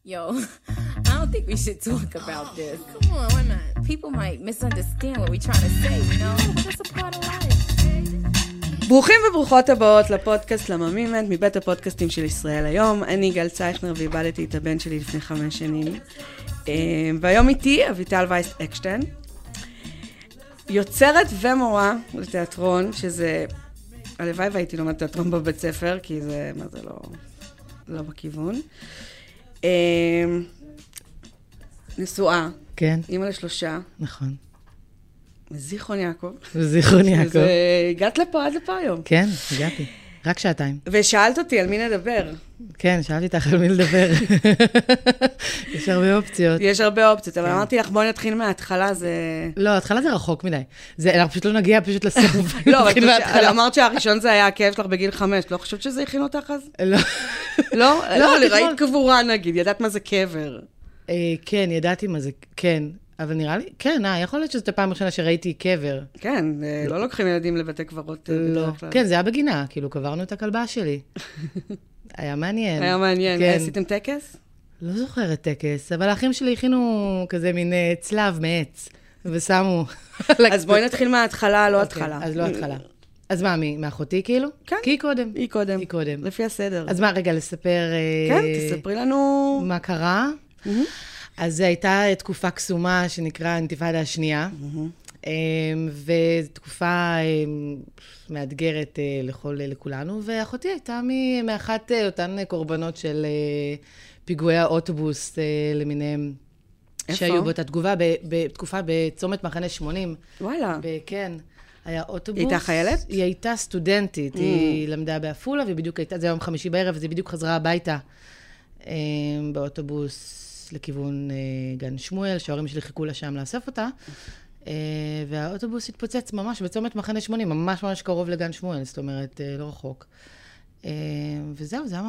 Yo, I don't think we should talk about this. Come on, why not? People might misunderstand what we're trying to say, you know? That's a part of life. ברוכים וברוכות הבאות לפודקאסט לממימנט מבית הפודקאסטים של ישראל היום. אני גל צייכנר ואיבדתי את הבן שלי לפני 5 שנים. והיום איתי אביטל וייס אקשטיין, יוצרת ומורה לתיאטרון, שזה, הלוואי והייתי לומד תיאטרון בבית ספר, כי זה, מה זה לא בכיוון. נשואה. כן. אמא ל3. נכון. זיכרון יעקב. זיכרון יעקב. הגעת לפה עד לפה היום. כן, הגעתי. רק 2 שעות. ושאלת אותי על מי נדבר. כן, שאלתי אותך על מי לדבר. יש הרבה אופציות. יש הרבה אופציות, אבל אמרתי לך, בואי נתחיל מההתחלה, זה... לא, ההתחלה זה רחוק מדי. אנחנו פשוט לא נגיע פשוט לסוף. לא, אבל אמרת שהראשון זה היה הכאב שלך בגיל 5, לא חושבת שזה הכין אותך אז? לא. לא, ראית קבורה נגיד, ידעת מה זה קבר. כן, ידעתי מה זה, כן. אבל נראה לי, כן, יכול להיות שזאת הפעם הראשונה שראיתי קבר. כן, לא לוקחים ילדים לבתי קברות. לא, כן, זה היה בגינה, כאילו, קברנו את הכלבה שלי. היה מעניין. היה מעניין. עשיתם טקס? לא זוכרת טקס, אבל האחים שלי הכינו כזה מין צלב מעץ, ושמו... אז בואי נתחיל מההתחלה, לא התחלה. אז לא התחלה. אז מה, מאחותי כאילו? כן. כי היא קודם. היא קודם. לפי הסדר. אז מה, רגע, לספר... כן, תספרי לנו... מה קרה? אז זו הייתה תקופה קסומה שנקרא האינתיפאדה השנייה, ותקופה מאתגרת לכולנו, ואחותי הייתה מאחת אותן קורבנות של פיגועי האוטובוס למיניהם. איפה? שהיו באותה תקופה בצומת מחנה 80. וואלה. כן. היה אוטובוס. היא הייתה חיילת? היא הייתה סטודנטית, היא למדה בעפולה, ובדיוק הייתה, זה יום חמישי בערב, אז היא בדיוק חזרה הביתה באוטובוס לכיוון גן שמואל, שההורים שלי חיכו לה שם לאסוף אותה, והאוטובוס התפוצץ ממש בצומת מחנה 80, ממש קרוב לגן שמואל, זאת אומרת, לא רחוק. וזהו, זה היה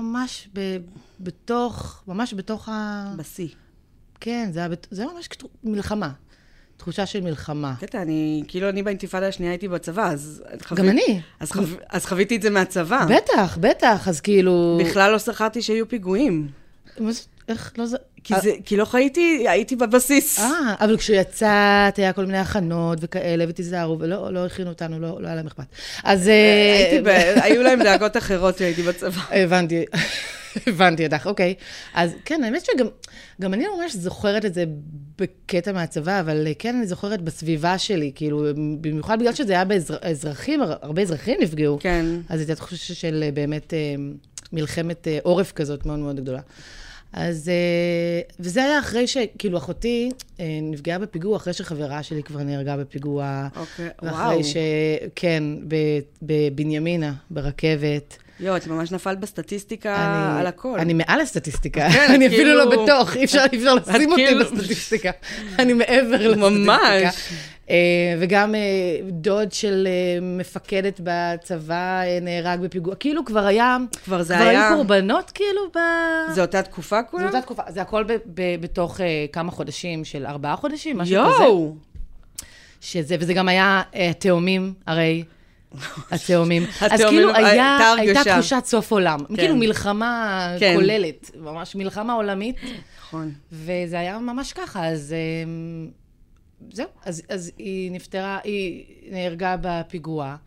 ממש בתוך בשיא. כן, זה היה ממש מלחמה. תחושה של מלחמה. קטע, אני באינתיפאדה השנייה הייתי בצבא, אז... גם אני. אז חוויתי את זה מהצבא. בטח, אז כאילו... בכלל לא שכרתי שיהיו פיגועים. איך לא זה... כי לא חייתי, הייתי בבסיס. אבל כשיצאת, היה כל מיני הכנות וכאלה, ותיזהרו, ולא הכינו אותנו, לא היה להם אכפת. אז... היו להם דאגות אחרות שהייתי בצבא. הבנתי אותך, אוקיי. אז כן, האמת שגם אני ממש זוכרת את זה בקטע מהצבא, אבל כן, אני זוכרת בסביבה שלי, כאילו, במיוחד בגלל שזה היה באזרחים, הרבה אזרחים נפגעו. כן. אז הייתה תחושה של באמת מלחמת עורף כזאת מאוד מאוד גדולה. אז, וזה היה אחרי שכאילו אחותי נפגעה בפיגוע, אחרי שחברה שלי כבר נהרגה בפיגוע. אוקיי, ואחרי כן, בבנימינה, ברכבת. את ממש נפלת בסטטיסטיקה על הכל. אני מעל הסטטיסטיקה. אני אפילו לא בתוך, אי אפשר לשים אותי בסטטיסטיקה. אני מעבר לסטטיסטיקה. ממש. וגם דוד של מפקדת בצבא נהרג בפיגוע. כאילו כבר היו קורבנות כאילו זה אותה תקופה כולה? זה אותה תקופה. זה הכל בתוך כמה חודשים של 4 חודשים, משהו כזה. וזה גם היה תאומים, הרי... התאומים. אז כאילו הייתה תחושת סוף עולם. כאילו מלחמה כוללת, ממש מלחמה עולמית. נכון. וזה היה ממש ככה, אז זהו. אז היא נפטרה, היא נהרגה בפיגוע.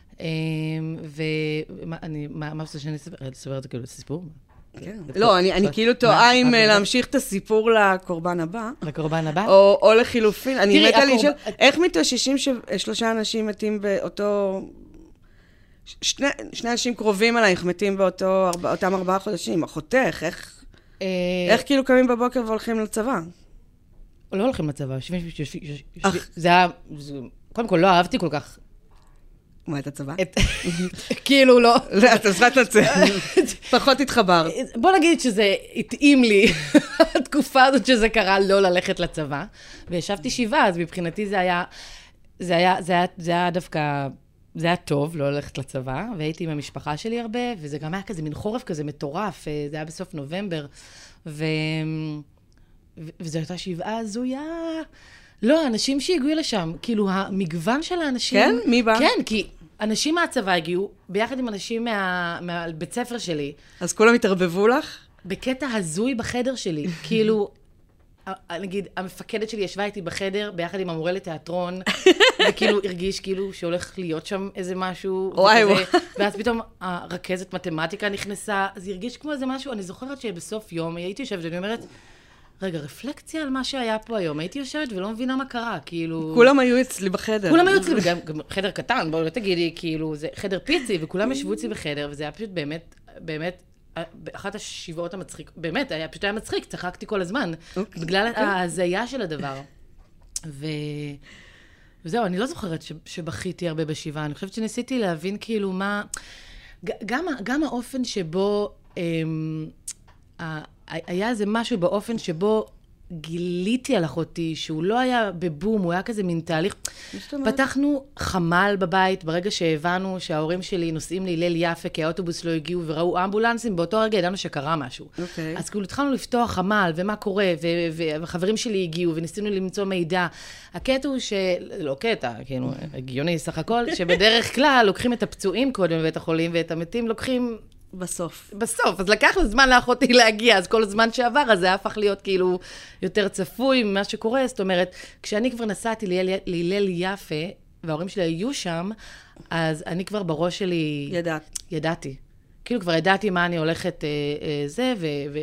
מה עושה שאני אספר את זה כאילו סיפור? לא, אני כאילו טועה אם להמשיך את הסיפור לקורבן הבא. לקורבן הבא? או לחילופין. אני מתה לשאול, איך מתאוששים ש3 אנשים מתים באותו... 2 אנשים קרובים עלייך מתים באותם 4 חודשים. אחותך, איך כאילו קמים בבוקר והולכים לצבא? לא הולכים לצבא. זה היה... קודם כל, לא אהבתי כל כך. מה, את הצבא? כאילו לא. את עזרת לצאת. פחות התחברת. בוא נגיד שזה התאים לי, התקופה הזאת שזה קרה לא ללכת לצבא, וישבתי 7, אז מבחינתי זה היה דווקא, זה היה טוב לא ללכת לצבא, והייתי עם המשפחה שלי הרבה, וזה גם היה כזה מין חורף כזה מטורף, זה היה בסוף נובמבר, וזו הייתה 7 הזויה. לא, אנשים שהגיעו לשם, כאילו המגוון של האנשים... כן? מי בא? כן, כי אנשים מהצבא הגיעו, ביחד עם אנשים מהבית ספר שלי. אז כולם התערבבו לך? בקטע הזוי בחדר שלי, כאילו, נגיד, המפקדת שלי ישבה איתי בחדר, ביחד עם המורה לתיאטרון, וכאילו הרגיש כאילו שהולך להיות שם איזה משהו, ואז פתאום הרכזת מתמטיקה נכנסה, אז הרגיש כמו איזה משהו, אני זוכרת שבסוף יום הייתי יושבת, ואני אומרת, רגע, רפלקציה על מה שהיה פה היום, הייתי יושבת ולא מבינה מה קרה, כאילו... כולם היו אצלי בחדר. כולם היו אצלי, גם חדר קטן, בואו לא תגידי, כאילו, זה חדר פיצי, וכולם ישבו אצלי בחדר, וזה היה פשוט באמת, באמת, באחת השבעות המצחיק, באמת, פשוט היה מצחיק, צחקתי כל הזמן, בגלל ההזיה של הדבר. וזהו, אני לא זוכרת שבכיתי הרבה בשבעה, אני חושבת שניסיתי להבין כאילו מה... גם האופן שבו... היה איזה משהו באופן שבו גיליתי על אחותי, שהוא לא היה בבום, הוא היה כזה מין תהליך. פתחנו חמל בבית, ברגע שהבנו שההורים שלי נוסעים להלל יפה, כי האוטובוס לא הגיעו וראו אמבולנסים, באותו רגע ידענו שקרה משהו. אז כאילו התחלנו לפתוח חמל, ומה קורה, וחברים שלי הגיעו, וניסינו למצוא מידע. הקטע הוא לא קטע, כאילו, הגיוני סך הכל, שבדרך כלל לוקחים את הפצועים קודם בבית החולים, ואת המתים לוקחים... בסוף. אז לקח לו זמן לאחותי להגיע, אז כל הזמן שעבר, אז זה הפך להיות כאילו יותר צפוי ממה שקורה, זאת אומרת, כשאני כבר נסעתי להלל יפה, וההורים שלי היו שם, אז אני כבר בראש שלי... ידעתי. כאילו כבר ידעתי מה אני הולכת זה,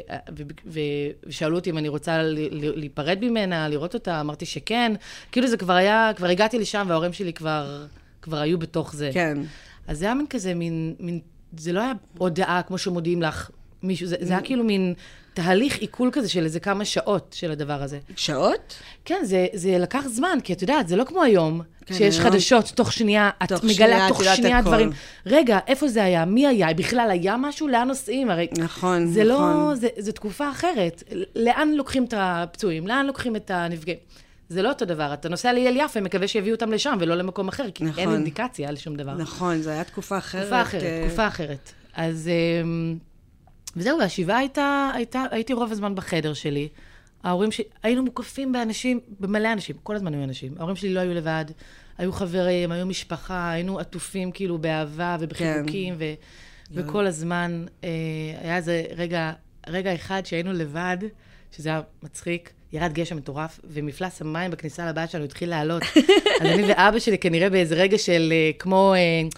ושאלו אותי אם אני רוצה להיפרד ממנה, לראות אותה, אמרתי שכן, כאילו זה כבר היה, כבר הגעתי לשם, וההורים שלי כבר היו בתוך זה. כן. אז זה היה מין כזה, מין זה לא היה הודעה כמו שמודיעים לך מישהו, זה היה כאילו מין תהליך עיכול כזה של איזה כמה שעות של הדבר הזה. שעות? כן, זה לקח זמן, כי את יודעת, זה לא כמו היום, שיש חדשות תוך שנייה, את מגלה תוך שנייה דברים. רגע, איפה זה היה? מי היה? בכלל היה משהו? לאן נוסעים? נכון, זה לא, זה תקופה אחרת. לאן לוקחים את הפצועים? לאן לוקחים את הנפגעים? זה לא אותו דבר. אתה נוסע להלל יפה, מקווה שיביאו אותם לשם, ולא למקום אחר, כי אין אינדיקציה על שום דבר. נכון, זו הייתה תקופה אחרת. תקופה אחרת. אז, וזהו, והשבעה הייתי רוב הזמן בחדר שלי. ההורים שלי, היינו מוקפים במלא אנשים, כל הזמן היו אנשים. ההורים שלי לא היו לבד, היו חברים, היו משפחה, היינו עטופים כאילו באהבה ובחיבוקים, וכל הזמן היה איזה רגע אחד שהיינו לבד, שזה היה מצחיק, ירד גשם מטורף, ומפלס המים בכניסה לבית שלנו התחיל לעלות. אז אני ואבא שלי כנראה באיזה רגע של כמו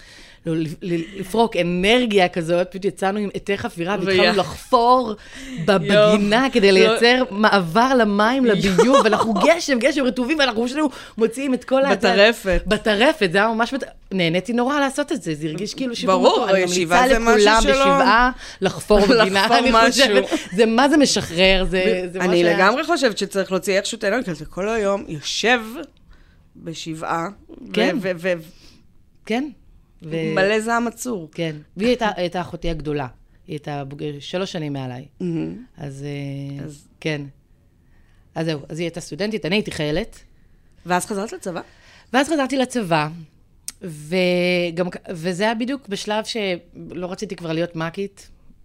לפרוק אנרגיה כזאת, פשוט יצאנו עם עטי חפירה, והתחלנו לחפור בגינה כדי לייצר מעבר למים, לביוב, ואנחנו גשם רטובים, ואנחנו שלנו מוציאים את כל... בטרפת, זה היה ממש... נהניתי נורא לעשות את זה, זה הרגיש כאילו... ברור, ישיבה זה משהו שלא... אני ממליצה לכולם בשבעה לחפור בגינה, אני חושבת, זה מה זה משחרר, זה מה אני לגמרי חושבת שצריך להוציא איכשהו תהליך, כי כל היום יושב בשבעה, כן. מלא זעם עצור. כן, והיא הייתה אחותי הגדולה. היא הייתה 3 שנים מעליי. אז כן. אז זהו, אז היא הייתה סטודנטית, אני הייתי חיילת. ואז חזרת לצבא? ואז חזרתי לצבא, וזה היה בדיוק בשלב שלא רציתי כבר להיות מקית.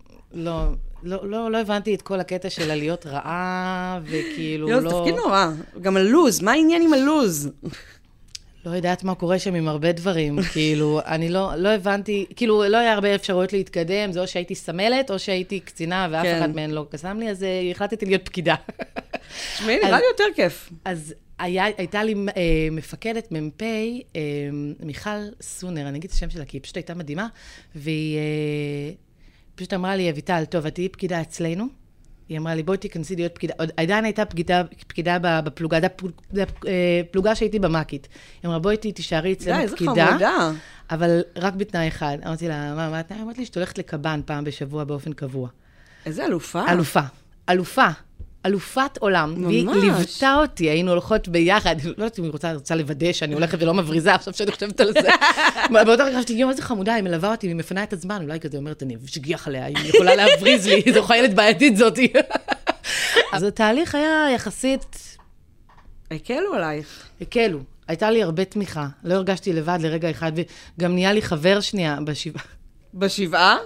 לא הבנתי את כל הקטע של להיות רעה, וכאילו לא... זה תפקיד נורא. גם הלוז, מה העניין עם הלוז? לא יודעת מה קורה שם עם הרבה דברים, כאילו, אני לא הבנתי, כאילו, לא היה הרבה אפשרויות להתקדם, זה או שהייתי סמלת, או שהייתי קצינה, ואף אחד מהן לא קסם לי, אז החלטתי להיות פקידה. שמי, נראה לי יותר כיף. אז הייתה לי מפקדת, מ"פ, מיכל סונר, אני אגיד את השם שלה, כי היא פשוט הייתה מדהימה, והיא פשוט אמרה לי, אביטל, טוב, את תהיי פקידה אצלנו, היא אמרה לי, בואי תיכנסי להיות פקידה. עדיין הייתה פקידה בפלוגה, פלוגה שהייתי במקית. היא אמרה, בואי תישארי אצלנו פקידה. איזה חמודה. אבל רק בתנאי אחד. אמרתי לה, מה התנאי? אמרתי לי, שאת הולכת לקב"ן פעם בשבוע באופן קבוע. איזה אלופה. אלופת עולם. ממש. והיא ליוותה אותי, היינו הולכות ביחד. לא יודעת אם היא רוצה לוודא שאני הולכת ולא מבריזה, עכשיו שאני חושבת על זה. באותו רגע חשבתי, איזה חמודה, היא מלווה אותי, היא מפנה את הזמן, אולי כזה אומרת, אני אשגיח עליה, היא יכולה להבריז לי, זו חיילת בעייתית זאתי. אז התהליך היה יחסית... הקלו עלייך. הקלו. הייתה לי הרבה תמיכה. לא הרגשתי לבד לרגע אחד, וגם נהיה לי חבר שנייה בשבעה. בשבעה?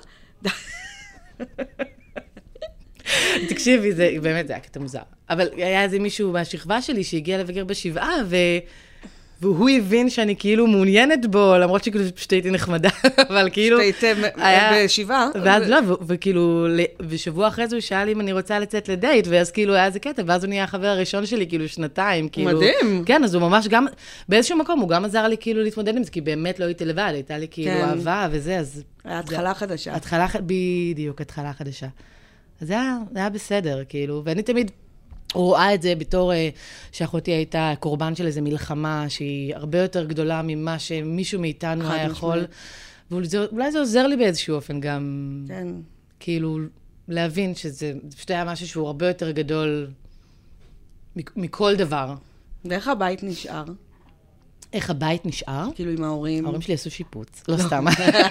תקשיבי, באמת, זה היה קטע מוזר. אבל היה איזה מישהו מהשכבה שלי שהגיע לבקר בשבעה, והוא הבין שאני כאילו מעוניינת בו, למרות שכאילו פשוט הייתי נחמדה, אבל כאילו... הייתי בשבעה. ואז לא, וכאילו, ושבוע אחרי זה הוא שאל אם אני רוצה לצאת לדייט, ואז כאילו היה איזה קטע, ואז הוא נהיה החבר הראשון שלי, כאילו שנתיים, כאילו... מדהים. כן, אז הוא ממש גם, באיזשהו מקום, הוא גם עזר לי כאילו להתמודד עם זה, כי באמת לא הייתי לבד, הייתה לי כאילו אהבה וזה, אז... התחלה חדשה. בדיוק, התחלה חדשה. אז זה היה בסדר, כאילו, ואני תמיד רואה את זה בתור שאחותי הייתה קורבן של איזו מלחמה, שהיא הרבה יותר גדולה ממה שמישהו מאיתנו היה יכול, ואולי זה עוזר לי באיזשהו אופן גם, כאילו, להבין שזה פשוט היה משהו שהוא הרבה יותר גדול מכל דבר. ואיך הבית נשאר? איך הבית נשאר? כאילו עם ההורים. ההורים שלי עשו שיפוץ, לא סתם.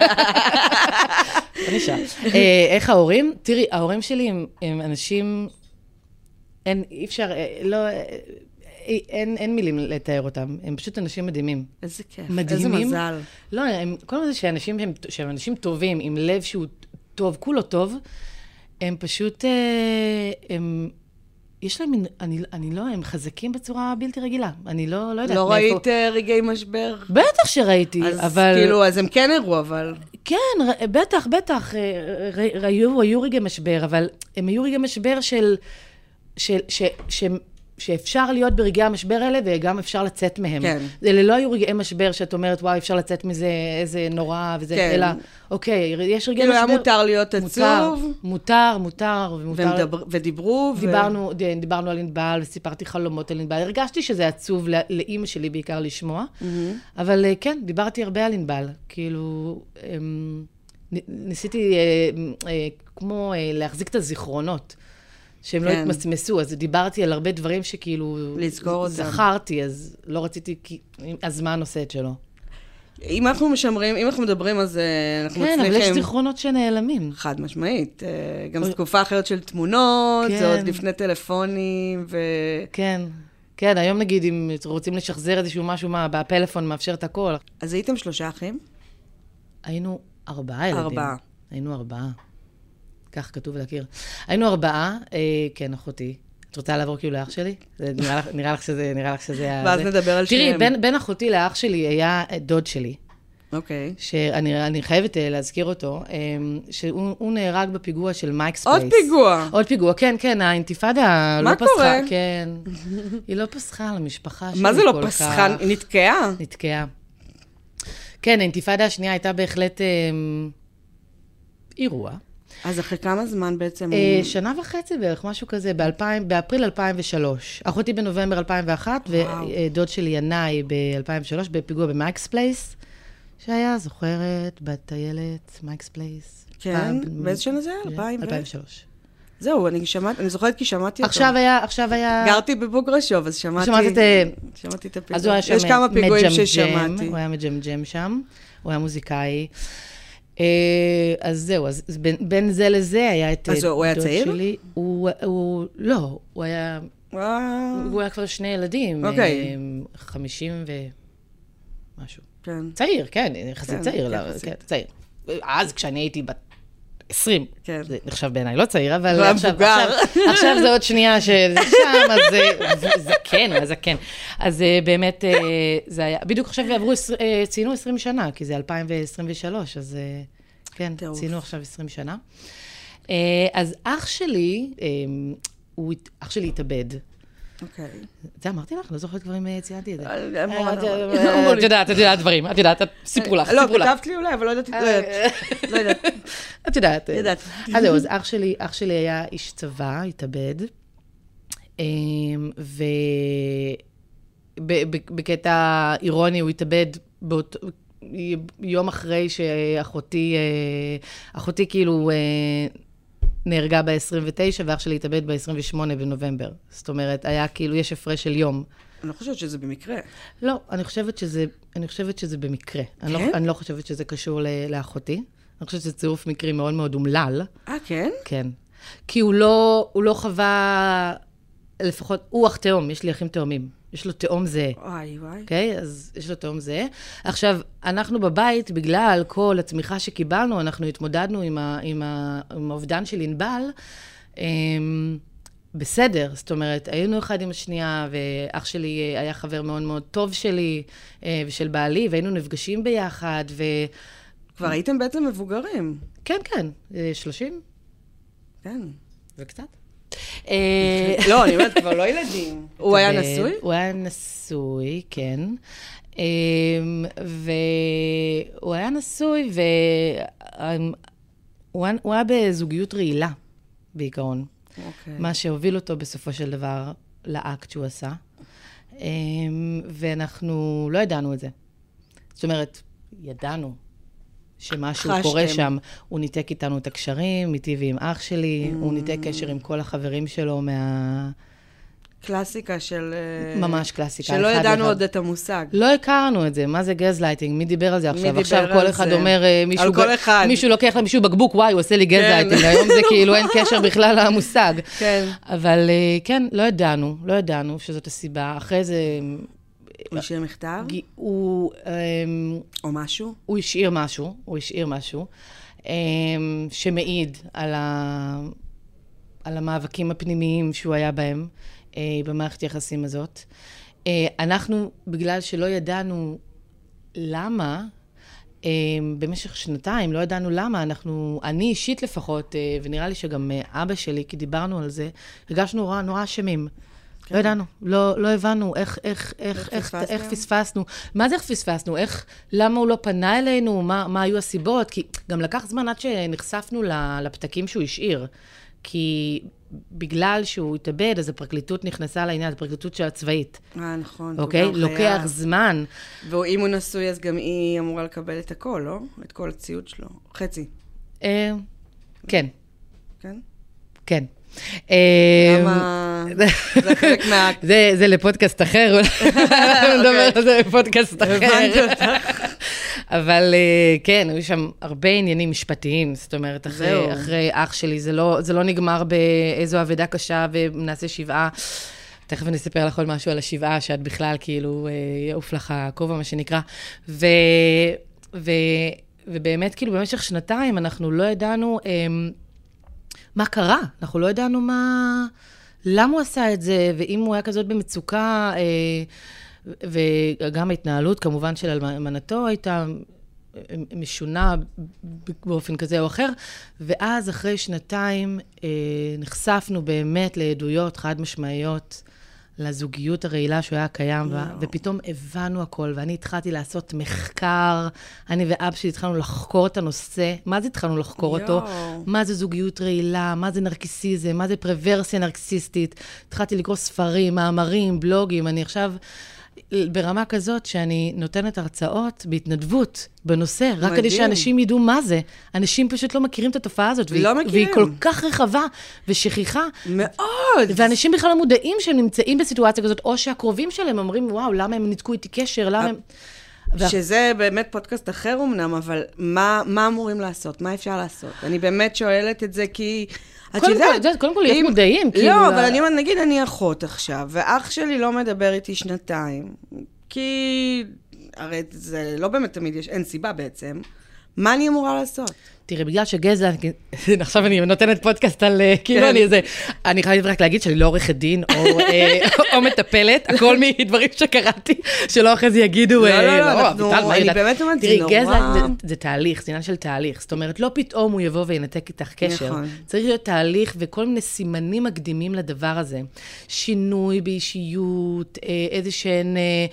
לא נשאר. איך ההורים? תראי, ההורים שלי הם אנשים, אי אפשר, לא, אין מילים לתאר אותם, הם פשוט אנשים מדהימים. איזה כיף, מדהימים. איזה מזל. לא, כל זה שהם אנשים טובים, עם לב שהוא טוב, כולו טוב, הם פשוט, יש להם, אני לא, הם חזקים בצורה בלתי רגילה. אני לא יודעת מאיפה. לא ראית רגעי משבר? בטח שראיתי, אבל... כאילו, אז הם כן הראו, אבל... כן, בטח. היו רגעי משבר, אבל הם היו רגעי משבר שאפשר להיות ברגעי המשבר האלה, וגם אפשר לצאת מהם. כן. אלה לא היו רגעי משבר שאת אומרת, וואי, אפשר לצאת מזה, איזה נורא, וזה, כן. אלא, אוקיי, יש רגעי כאילו משבר. היה מותר להיות עצוב. מותר. ודיברו. דיברנו על ענבל, וסיפרתי חלומות על ענבל. הרגשתי שזה עצוב לאמא שלי בעיקר לשמוע, אבל כן, דיברתי הרבה על ענבל. כאילו, ניסיתי כמו להחזיק את הזיכרונות. שהם לא התמסמסו, אז דיברתי על הרבה דברים שכאילו... לזכור אותם. זכרתי, אז לא רציתי, כי הזמן עושה את שלו. אם אנחנו משמרים, אם אנחנו מדברים, אז אנחנו מצליחים... כן, אבל יש זיכרונות שנעלמים. חד משמעית. גם זו תקופה אחרת של תמונות, זה עוד לפני טלפונים, כן, היום נגיד, אם רוצים לשחזר איזשהו משהו, בפלאפון מאפשר את הכל. אז הייתם 3 אחים? היינו 4 ילדים. היינו 4. כך כתוב להכיר. היינו 4, כן, אחותי. את רוצה לעבור כאילו לאח שלי? נראה לך שזה... ואז נדבר על שניהם. תראי, בין אחותי לאח שלי היה דוד שלי. אוקיי. שאני חייבת להזכיר אותו, שהוא נהרג בפיגוע של מייקס פלייס. עוד פיגוע? כן, האינתיפאדה לא פסחה. מה קורה? כן. היא לא פסחה על המשפחה שלי. מה זה לא פסחה? היא נתקעה? נתקעה. כן, האינתיפאדה השנייה הייתה בהחלט אירוע. אז אחרי כמה זמן בעצם? 1.5 שנה בערך, משהו כזה, באפריל 2003. אחותי בנובמבר 2001, ודוד שלי ינאי ב-2003, בפיגוע במייקס פלייס, שהיה, זוכרת, בת הילת, מייקס פלייס. כן, באיזה שנה זה היה? 2003. זהו, אני זוכרת כי שמעתי אותו. עכשיו היה... גרתי בבוגרשוב, אז שמעתי את הפיגוע. אז הוא היה שם יש כמה פיגועים ששמעתי. הוא היה מג'מג'ם שם, הוא היה מוזיקאי. אז זהו, אז בין זה לזה היה את דוד שלי. אז הוא היה צעיר? לא, הוא היה כבר 2 ילדים. אוקיי. 50 ומשהו. כן. צעיר, כן, יחסית צעיר. צעיר. אז כשאני הייתי בת 20, זה נחשב בעיניי לא צעיר, אבל עכשיו זה עוד שנייה שזה שם, אז זה כן, אז כן. אז באמת זה היה, בדיוק עכשיו ציינו 20 שנה, כי זה 2023, אז כן, ציינו עכשיו 20 שנה. אז אח שלי התאבד. אוקיי. זה אמרתי לך? לא זוכרת כבר אם ציינתי את זה. את יודעת דברים, את יודעת, סיפרו לך. לא, כתבת לי אולי, אבל לא יודעת. את יודעת. יודעת. אז זהו, אז אח שלי היה איש צבא, התאבד, ובקטע אירוני הוא התאבד יום אחרי שאחותי כאילו נהרגה ב-29, ואח שלי התאבד ב-28 בנובמבר. זאת אומרת, היה כאילו, יש הפרש של יום. אני לא חושבת שזה במקרה. לא, אני חושבת שזה במקרה. אני לא חושבת שזה קשור לאחותי. אני חושבת שזה צירוף מקרי מאוד מאוד אומלל. כן? כן. כי הוא לא חווה, לפחות, הוא אח תאום, יש לי אחים תאומים. יש לו תאום זהה. וואי. אוקיי? אז יש לו תאום זהה. עכשיו, אנחנו בבית, בגלל כל התמיכה שקיבלנו, אנחנו התמודדנו עם האובדן של ענבל, בסדר, זאת אומרת, היינו אחד עם השנייה, ואח שלי היה חבר מאוד מאוד טוב שלי, ושל בעלי, והיינו נפגשים ביחד, כבר הייתם בעצם מבוגרים. כן, כן, 30. כן. וקצת. לא, אני אומרת, כבר לא ילדים. הוא היה נשוי? הוא היה נשוי, כן. והוא היה נשוי, והוא היה בזוגיות רעילה, בעיקרון. מה שהוביל אותו בסופו של דבר לאקט שהוא עשה. ואנחנו לא ידענו את זה. זאת אומרת, ידענו שמשהו קורה שם. הוא ניתק איתנו את הקשרים, איתי ועם אח שלי, הוא ניתק קשר עם כל החברים שלו קלאסיקה של... ממש קלאסיקה. שלא ידענו עוד את המושג. לא הכרנו את זה. מה זה גזלייטינג? מי דיבר על זה עכשיו? עכשיו כל אחד אומר, מישהו לוקח למישהו בקבוק, וואי, הוא עושה לי גזלייטינג. היום זה כאילו אין קשר בכלל למושג. כן. אבל כן, לא ידענו שזאת הסיבה. אחרי זה... הוא השאיר מכתב? או משהו? הוא השאיר משהו, שמעיד על המאבקים הפנימיים שהוא היה בהם, במערכת יחסים הזאת. אנחנו, בגלל שלא ידענו למה, במשך שנתיים, לא ידענו למה, אני אישית לפחות, ונראה לי שגם אבא שלי, כי דיברנו על זה, הרגשנו נורא אשמים. לא ידענו, לא הבנו איך פספסנו. מה זה איך פספסנו? למה הוא לא פנה אלינו? מה היו הסיבות? כי גם לקח זמן עד שנחשפנו לפתקים שהוא השאיר. כי בגלל שהוא התאבד, אז הפרקליטות נכנסה לעניין, הפרקליטות של הצבאית. נכון. אוקיי? לוקח זמן. ואם הוא נשוי, אז גם היא אמורה לקבל את הכל, לא? את כל הציוד שלו. חצי. כן. כן? כן. למה? זה חלק מה... זה לפודקאסט אחר, נדבר על זה לפודקאסט אחר. הבנתי אותך. אבל כן, היו שם הרבה עניינים משפטיים, זאת אומרת, אחרי אח שלי, זה לא נגמר באיזו עבודה קשה ונעשה 7. תכף אני אספר לך עוד משהו על ה7, שאת בכלל כאילו יעוף לך כובע, מה שנקרא. ובאמת, כאילו, במשך שנתיים אנחנו לא ידענו מה קרה, אנחנו לא ידענו למה הוא עשה את זה, ואם הוא היה כזאת במצוקה, וגם ההתנהלות כמובן של אלמנתו הייתה משונה באופן כזה או אחר, ואז אחרי שנתיים נחשפנו באמת לעדויות חד משמעיות, לזוגיות הרעילה שהוא היה קיים, ופתאום הבנו הכל, ואני התחלתי לעשות מחקר, אני ואבא שלי התחלנו לחקור את הנושא, מה זה התחלנו לחקור אותו? מה זה זוגיות רעילה, מה זה נרקיסיזם, מה זה פרוורסיה נרקסיסטית, התחלתי לקרוא ספרים, מאמרים, בלוגים, אני עכשיו ברמה כזאת שאני נותנת הרצאות בהתנדבות בנושא, רק כדי שאנשים ידעו מה זה. אנשים פשוט לא מכירים את התופעה הזאת, והיא כל כך רחבה ושכיחה. מאוד. ואנשים בכלל לא מודעים שהם נמצאים בסיטואציה כזאת, או שהקרובים שלהם אומרים, וואו, למה הם ניתקו איתי קשר, למה הם... שזה באמת פודקאסט אחר אמנם, אבל מה אמורים לעשות? מה אפשר לעשות? אני באמת שואלת את זה כי... קודם כל, להיות מודעים. לא, אבל אני אומרת, נגיד אני אחות עכשיו, ואח שלי לא מדבר איתי שנתיים, כי הרי זה לא באמת תמיד יש, אין סיבה בעצם. מה אני אמורה לעשות? תראה, בגלל שגזע, עכשיו אני נותנת פודקאסט על, כאילו אני איזה, אני חייבת רק להגיד שאני לא עורכת דין, או מטפלת, הכל מדברים שקראתי, שלא אחרי זה יגידו, אני באמת אומרת, זה נורא. תראי, גזע זה תהליך, זה עניין של תהליך, זאת אומרת, לא פתאום הוא יבוא וינתק איתך קשר, צריך להיות תהליך וכל מיני סימנים מקדימים לדבר הזה, שינוי באישיות, איזה שהן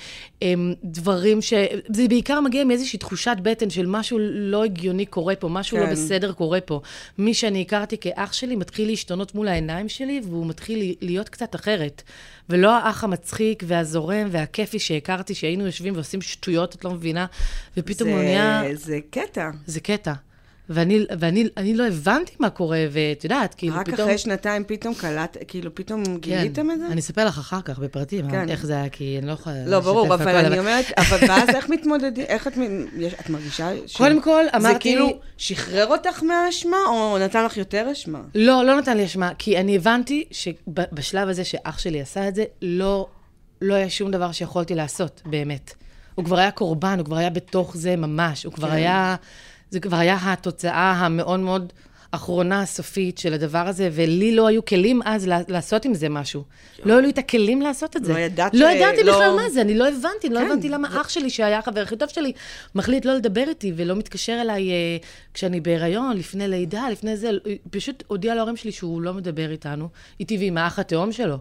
דברים זה בעיקר מגיע מאיזושהי תחושת בטן של משהו לא הגיוני קורה פה, משהו לא בסדר קורה פה. מי שאני הכרתי כאח שלי מתחיל להשתנות מול העיניים שלי, והוא מתחיל להיות קצת אחרת. ולא האח המצחיק והזורם והכיפי שהכרתי, שהיינו יושבים ועושים שטויות, את לא מבינה, ופתאום הוא נהיה... זה קטע. זה קטע. ואני לא הבנתי מה קורה, ואת יודעת, כאילו רק פתאום... רק אחרי שנתיים פתאום כאילו פתאום גיליתם את זה? אני אספר לך אחר כך בפרטים, איך זה היה, כי אני לא יכולה... לא, ברור, אבל אני אומרת, אבל ואז איך מתמודדים, איך את מרגישה? קודם כל, אמרתי... זה כאילו שחרר אותך מהאשמה, או נתן לך יותר אשמה? לא נתן לי אשמה, כי אני הבנתי שבשלב הזה שאח שלי עשה את זה, לא היה שום דבר שיכולתי לעשות, באמת. הוא כבר היה קורבן, הוא כבר היה בתוך זה ממש, הוא כבר היה... זה כבר היה התוצאה המאוד מאוד אחרונה סופית של הדבר הזה, ולי לא היו כלים אז לעשות עם זה משהו. לא היו לי את הכלים לעשות את זה. לא ידעתי בכלל מה זה, אני לא הבנתי למה אח שלי, שהיה החבר הכי טוב שלי, מחליט לא לדבר איתי, ולא מתקשר אליי כשאני בהיריון, לפני לידה, לפני זה, פשוט הודיע להורים שלי שהוא לא מדבר איתנו, איתי ועם האח התאום שלו.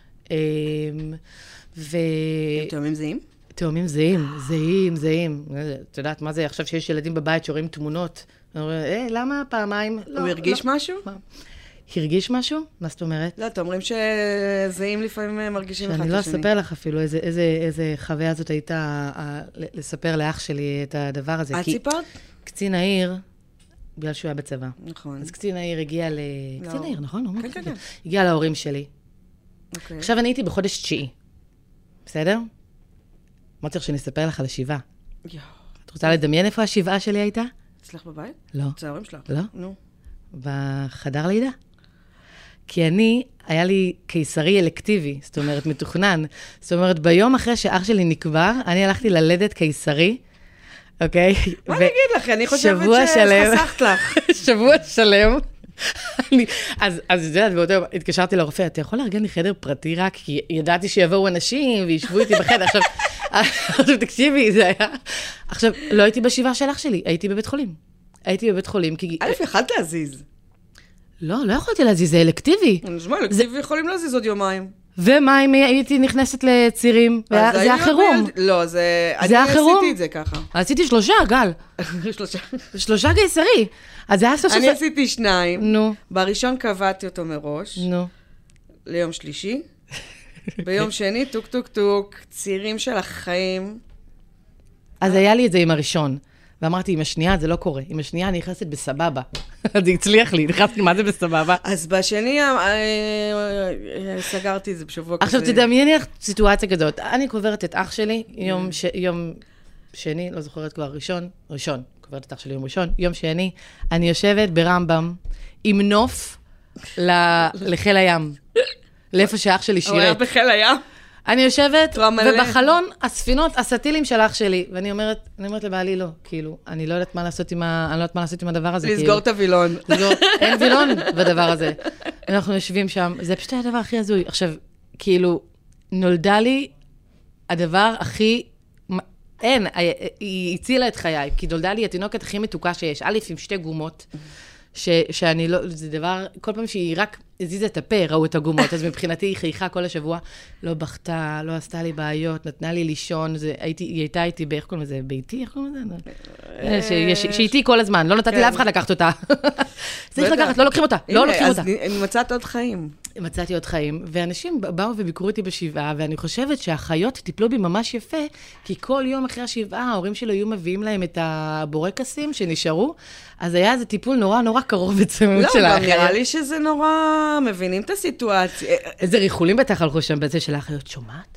תאומים זהים? תאומים זהים. את יודעת מה זה? עכשיו שיש ילדים בבית שרואים תמונות, למה פעמיים? הוא הרגיש משהו? הרגיש משהו? מה זאת אומרת? לא, אתם אומרים שזהים לפעמים מרגישים אחד את השני. שאני לא אספר לך אפילו איזה חוויה זאת הייתה לספר לאח שלי את הדבר הזה. את סיפרת? קצין העיר, בגלל שהוא היה בצבא. נכון. אז קצין העיר הגיע קצין העיר, נכון? כן. הגיע להורים שלי. עכשיו אני הייתי בחודש 9. בסדר? אמרתי לך שאני אספר לך על השבעה. את רוצה לדמיין איפה השבעה שלי הייתה? אצלך בבית? לא. אצל ההורים שלך? לא. נו. בחדר לידה. כי היה לי קיסרי אלקטיבי, זאת אומרת, מתוכנן. זאת אומרת, ביום אחרי שאח שלי נקבר, אני הלכתי ללדת קיסרי, אוקיי? מה אני אגיד לך? אני חושבת שחסכת לך. שבוע שלם. אז יודעת, באותו יום התקשרתי לרופא, אתה יכול לארגן לי חדר פרטי רק, כי ידעתי שיבואו אנשים וישבו איתי בחדר. עכשיו תקשיבי, זה היה... עכשיו, לא הייתי בשבעה של אח שלי, הייתי בבית חולים. יכולת להזיז. לא יכולתי להזיז, זה אלקטיבי. נשמע, אלקטיבי יכולים להזיז עוד יומיים. ומה אם הייתי נכנסת לצירים? זה החירום. לא, אני עשיתי את זה ככה. עשיתי 3, גל. 3 קיסרי. אז זה היה סוף. אני עשיתי 2. נו. בראשון קבעתי אותו מראש. נו. ליום שלישי. ביום שני, טוק טוק טוק, צירים של החיים. אז היה לי את זה עם הראשון. ואמרתי, עם השנייה זה לא קורה. עם השנייה אני נכנסת בסבבה. אז זה הצליח לי, נכנסתי מה זה בסבבה. אז בשני סגרתי את זה בשבוע כזה. עכשיו תדמייני לך סיטואציה כזאת. אני קוברת את אח שלי, יום שני, לא זוכרת כבר, ראשון, קוברת את אח שלי יום ראשון, יום שני, אני יושבת ברמב"ם עם נוף לחיל הים. לאיפה שאח שלי שירת. הוא היה בחיל הים? אני יושבת, ובחלון הספינות, הסטילים של אח שלי, ואני אומרת לבעלי, לא, כאילו, אני לא יודעת מה לעשות עם הדבר הזה. לסגור את הווילון. אין וילון בדבר הזה. אנחנו יושבים שם, זה פשוט הדבר הכי הזוי. עכשיו, כאילו, נולדה לי הדבר הכי... היא הצילה את חיי, כי נולדה לי התינוקת הכי מתוקה שיש. א', עם 2 גומות, שאני לא... זה דבר... כל פעם שהיא רק... הזיזה את הפה, ראו את הגומות, אז מבחינתי היא חייכה כל השבוע, לא בכתה, לא עשתה לי בעיות, נתנה לי לישון, היא הייתה איתי, איך קוראים לזה? ביתי? איך קוראים לזה? שאיתי כל הזמן, לא נתתי לאף אחד לקחת אותה. צריך לקחת, לא לוקחים אותה, לא לוקחים אותה. אז מצאת עוד חיים. מצאתי עוד חיים, ואנשים באו וביקרו אותי בשבעה, ואני חושבת שהחיות טיפלו בי ממש יפה, כי כל יום אחרי השבעה, ההורים שלו היו מביאים להם את הבורקסים שנשארו, אז היה איזה טיפול נורא נורא קרוב בצמאות של האחיות. לא, גם נראה לי שזה נורא, מבינים את הסיטואציה. איזה ריחולים בטח הלכו שם בזה של האחיות, שומעת?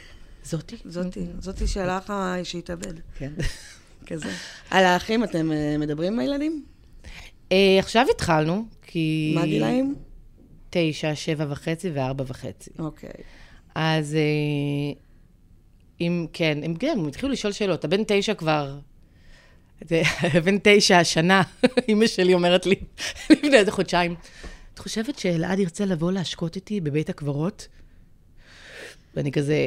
זאתי שלך שהתאבד. כן. כזה. על האחים אתם מדברים עם הילדים? עכשיו התחלנו, כי... מה גילאים? 9, 7.5 ו4.5. אוקיי. אז הם התחילו לשאול שאלות. הבן 9 כבר... בן 9 השנה, אמא שלי אומרת לי, לפני איזה חודשיים, את חושבת שאלעד ירצה לבוא להשקות איתי בבית הקברות? ואני כזה,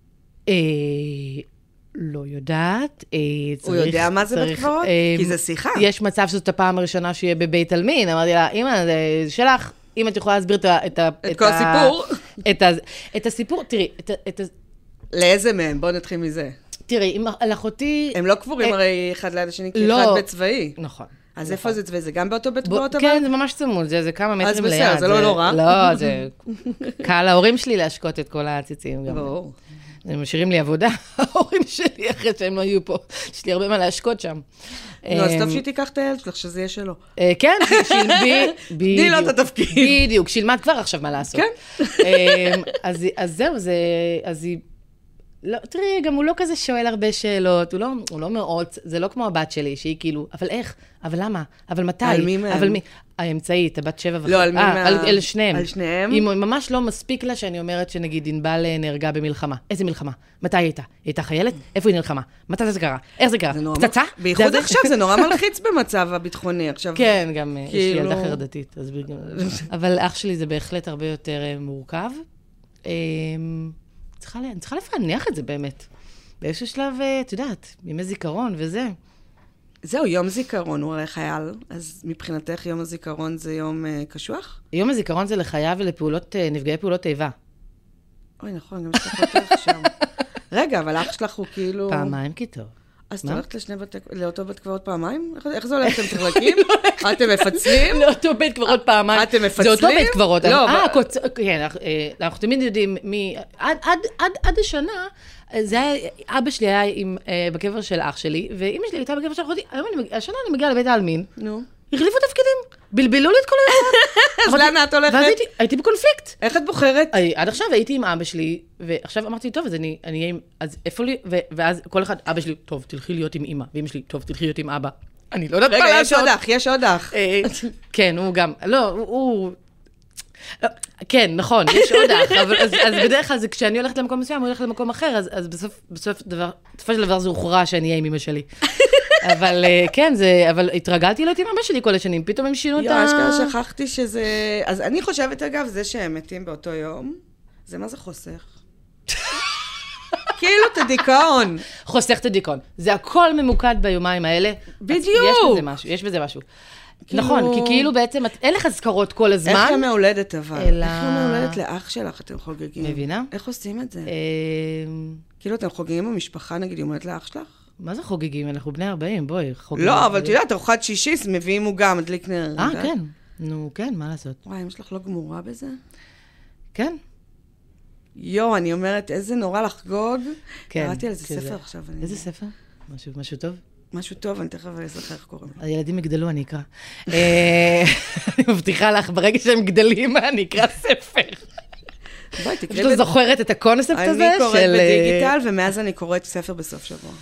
לא יודעת. הוא יודע מה זה בית קברות? כי זה שיחה. יש מצב שזאת הפעם הראשונה שיהיה בבית עלמין. אמרתי לה, אמא, זה שלך. אם את יכולה להסביר את כל הסיפור. את הסיפור, תראי, לאיזה מהם? בואו נתחיל מזה. תראי, על אחותי... הם לא קבורים הרי אחד ליד השני, כי אחד בית צבאי. נכון. אז איפה זה צבאי? זה גם באותו בית קברות? כן, זה ממש צמוד, זה כמה מטרים ליד. אז בסדר, זה לא נורא. לא, זה קל להורים שלי להשקות את כל הציצים. ברור. הם משאירים לי עבודה, ההורים שלי, אחרי שהם לא יהיו פה. יש לי הרבה מה להשקות שם. נו, אז טוב שהיא תיקח את הילד שלך, שזה יהיה שלו. כן, תני לו את התפקיד. בדיוק, שילמד כבר עכשיו מה לעשות. כן. אז זהו, אז היא... לא, תראי, גם הוא לא כזה שואל הרבה שאלות, הוא לא מאוד, זה לא כמו הבת שלי, שהיא כאילו, אבל איך? אבל למה? אבל מתי? על מי מהם? האמצעית, הבת 7 וחצי. לא, על מי על שניהם. על שניהם? היא ממש לא מספיק לה שאני אומרת שנגיד ענבל נהרגה במלחמה. איזה מלחמה? מתי היא הייתה? היא הייתה חיילת? איפה היא נלחמה? מתי זה קרה? איך זה קרה? פצצה? בייחוד עכשיו, זה נורא מלחיץ במצב הביטחוני עכשיו. כן, גם יש לי ילדה חרדתית. אבל אח שלי זה בהחלט הרבה יותר מורכב. אני צריכה לפענח את זה באמת. באיזשהו שלב, את יודעת, ימי זיכרון וזה. זהו, יום זיכרון, הוא הרי חייל, אז מבחינתך יום הזיכרון זה יום קשוח? יום הזיכרון זה לחייל ולנפגעי פעולות איבה. אוי, נכון, גם יש לך אותך שם. רגע, אבל אח שלך הוא כאילו... פעמיים כי טוב. אז את הולכת לאותו בית קברות פעמיים? איך זה הולך? אתם תחלקים? אתם מפצלים? לאותו בית קברות פעמיים. אתם מפצלים? זה אותו בית קברות. לא, כן, אנחנו תמיד יודעים עד השנה, זה היה, אבא שלי היה בקבר של אח שלי, ואמא שלי הייתה בקבר של אחותי. השנה אני מגיעה לבית העלמין. נו. החליפו תפקידים. בלבלו לי את כל אז לאן את הולכת? ואז הייתי בקונפליקט. איך את בוחרת? עד עכשיו הייתי עם אבא שלי, ועכשיו אמרתי, טוב, אז אני אהיה עם... אז איפה לי? ואז כל אחד, אבא שלי, טוב, תלכי להיות עם אמא, ואמא שלי, טוב, תלכי להיות עם אבא. אני לא יודעת מה לעשות. רגע, יש עוד אח. כן, הוא גם... לא, הוא... כן, נכון, יש עוד אח, אז בדרך כלל זה כשאני הולכת למקום מסוים, הוא הולך למקום אחר, אז בסוף של דבר זה הוכרע שאני אהיה עם אמא שלי. אבל כן, אבל התרגלתי להיות עם אמא שלי כל השנים, פתאום הם שינו את ה... אשכרה שכחתי שזה... אז אני חושבת, אגב, זה שהם מתים באותו יום, זה מה זה חוסך? כאילו את הדיכאון. חוסך את הדיכאון. זה הכל ממוקד ביומיים האלה. בדיוק. יש בזה משהו. נכון, כי כאילו בעצם אין לך הזכרות כל הזמן. איך יום ההולדת אבל? איך יום ההולדת לאח שלך אתם חוגגים? מבינה? איך עושים את זה? כאילו אתם חוגגים במשפחה, נגיד, יום הולדת לאח שלך? מה זה חוגגים? אנחנו בני 40, בואי, חוגגים. לא, אבל אתה יודעת, ארוחת שישי, מביאים עוגה, מדליק נר. כן. נו, כן, מה לעשות? וואי, אמא שלך לא גמורה בזה? כן. אני אומרת, איזה נורא לחגוג. כן. קראתי על זה ספר עכשיו. איזה ספר? משהו טוב? משהו טוב, אני תכף אזכר איך קוראים לו. הילדים יגדלו, אני אקרא. אני מבטיחה לך, ברגע שהם גדלים, אני אקרא ספר. בואי, תקראי... פשוט זוכרת את הקונספט הזה אני קוראת בדיגיטל, ומאז אני קוראת ספר בסוף שבוע.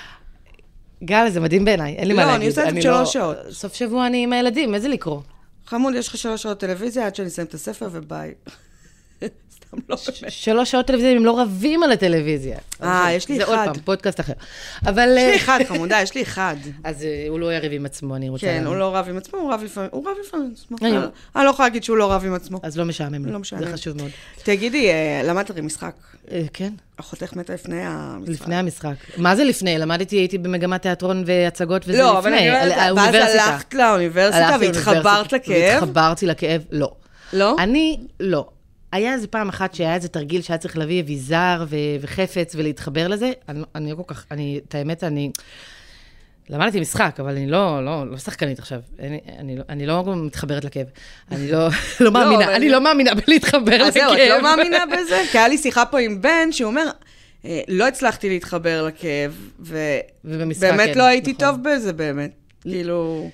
גל, זה מדהים בעיניי, אין לי מה להגיד. לא, אני עושה את זה 3 שעות. סוף שבוע אני עם הילדים, איזה לקרוא? חמוד, יש לך 3 שעות טלוויזיה, עד שאני אסיים את הספר וביי. סתם לא באמת. 3 שעות טלוויזיה, הם לא רבים על הטלוויזיה. יש לי אחד. זה עוד פעם, פודקאסט אחר. אבל... יש לי אחד, חמודה, יש לי אחד. אז הוא לא יריב עם עצמו, אני רוצה... כן, הוא לא רב עם עצמו, הוא רב לפעמים עם עצמו. אני לא יכולה להגיד שהוא לא רב עם עצמו. אז לא משעמם לו. לא משעמם. זה חשוב מאוד. תגידי, למדת הרי משחק? כן. אחותך מתה לפני המשחק. לפני המשחק. מה זה לפני? הייתי במגמת תיאטרון והצגות וזה לפני. לא, אבל אני אומרת, ואז הלכת לאוניברסיטה והתחברת לכאב? התחברתי לכאב, לא. לא? אני, לא. היה איזה פעם אחת שהיה איזה תרגיל שהיה צריך להביא אביזר וחפץ ולהתחבר לזה. אני לא כל כך, את האמת, אני למדתי משחק, אבל אני לא שחקנית עכשיו. אני לא מתחברת לכאב. אני לא מאמינה בלהתחבר לכאב. אז זהו, את לא מאמינה בזה? כי היה לי שיחה פה עם בן, שהוא אומר, לא הצלחתי להתחבר לכאב, ובאמת לא הייתי טוב בזה, באמת. כאילו...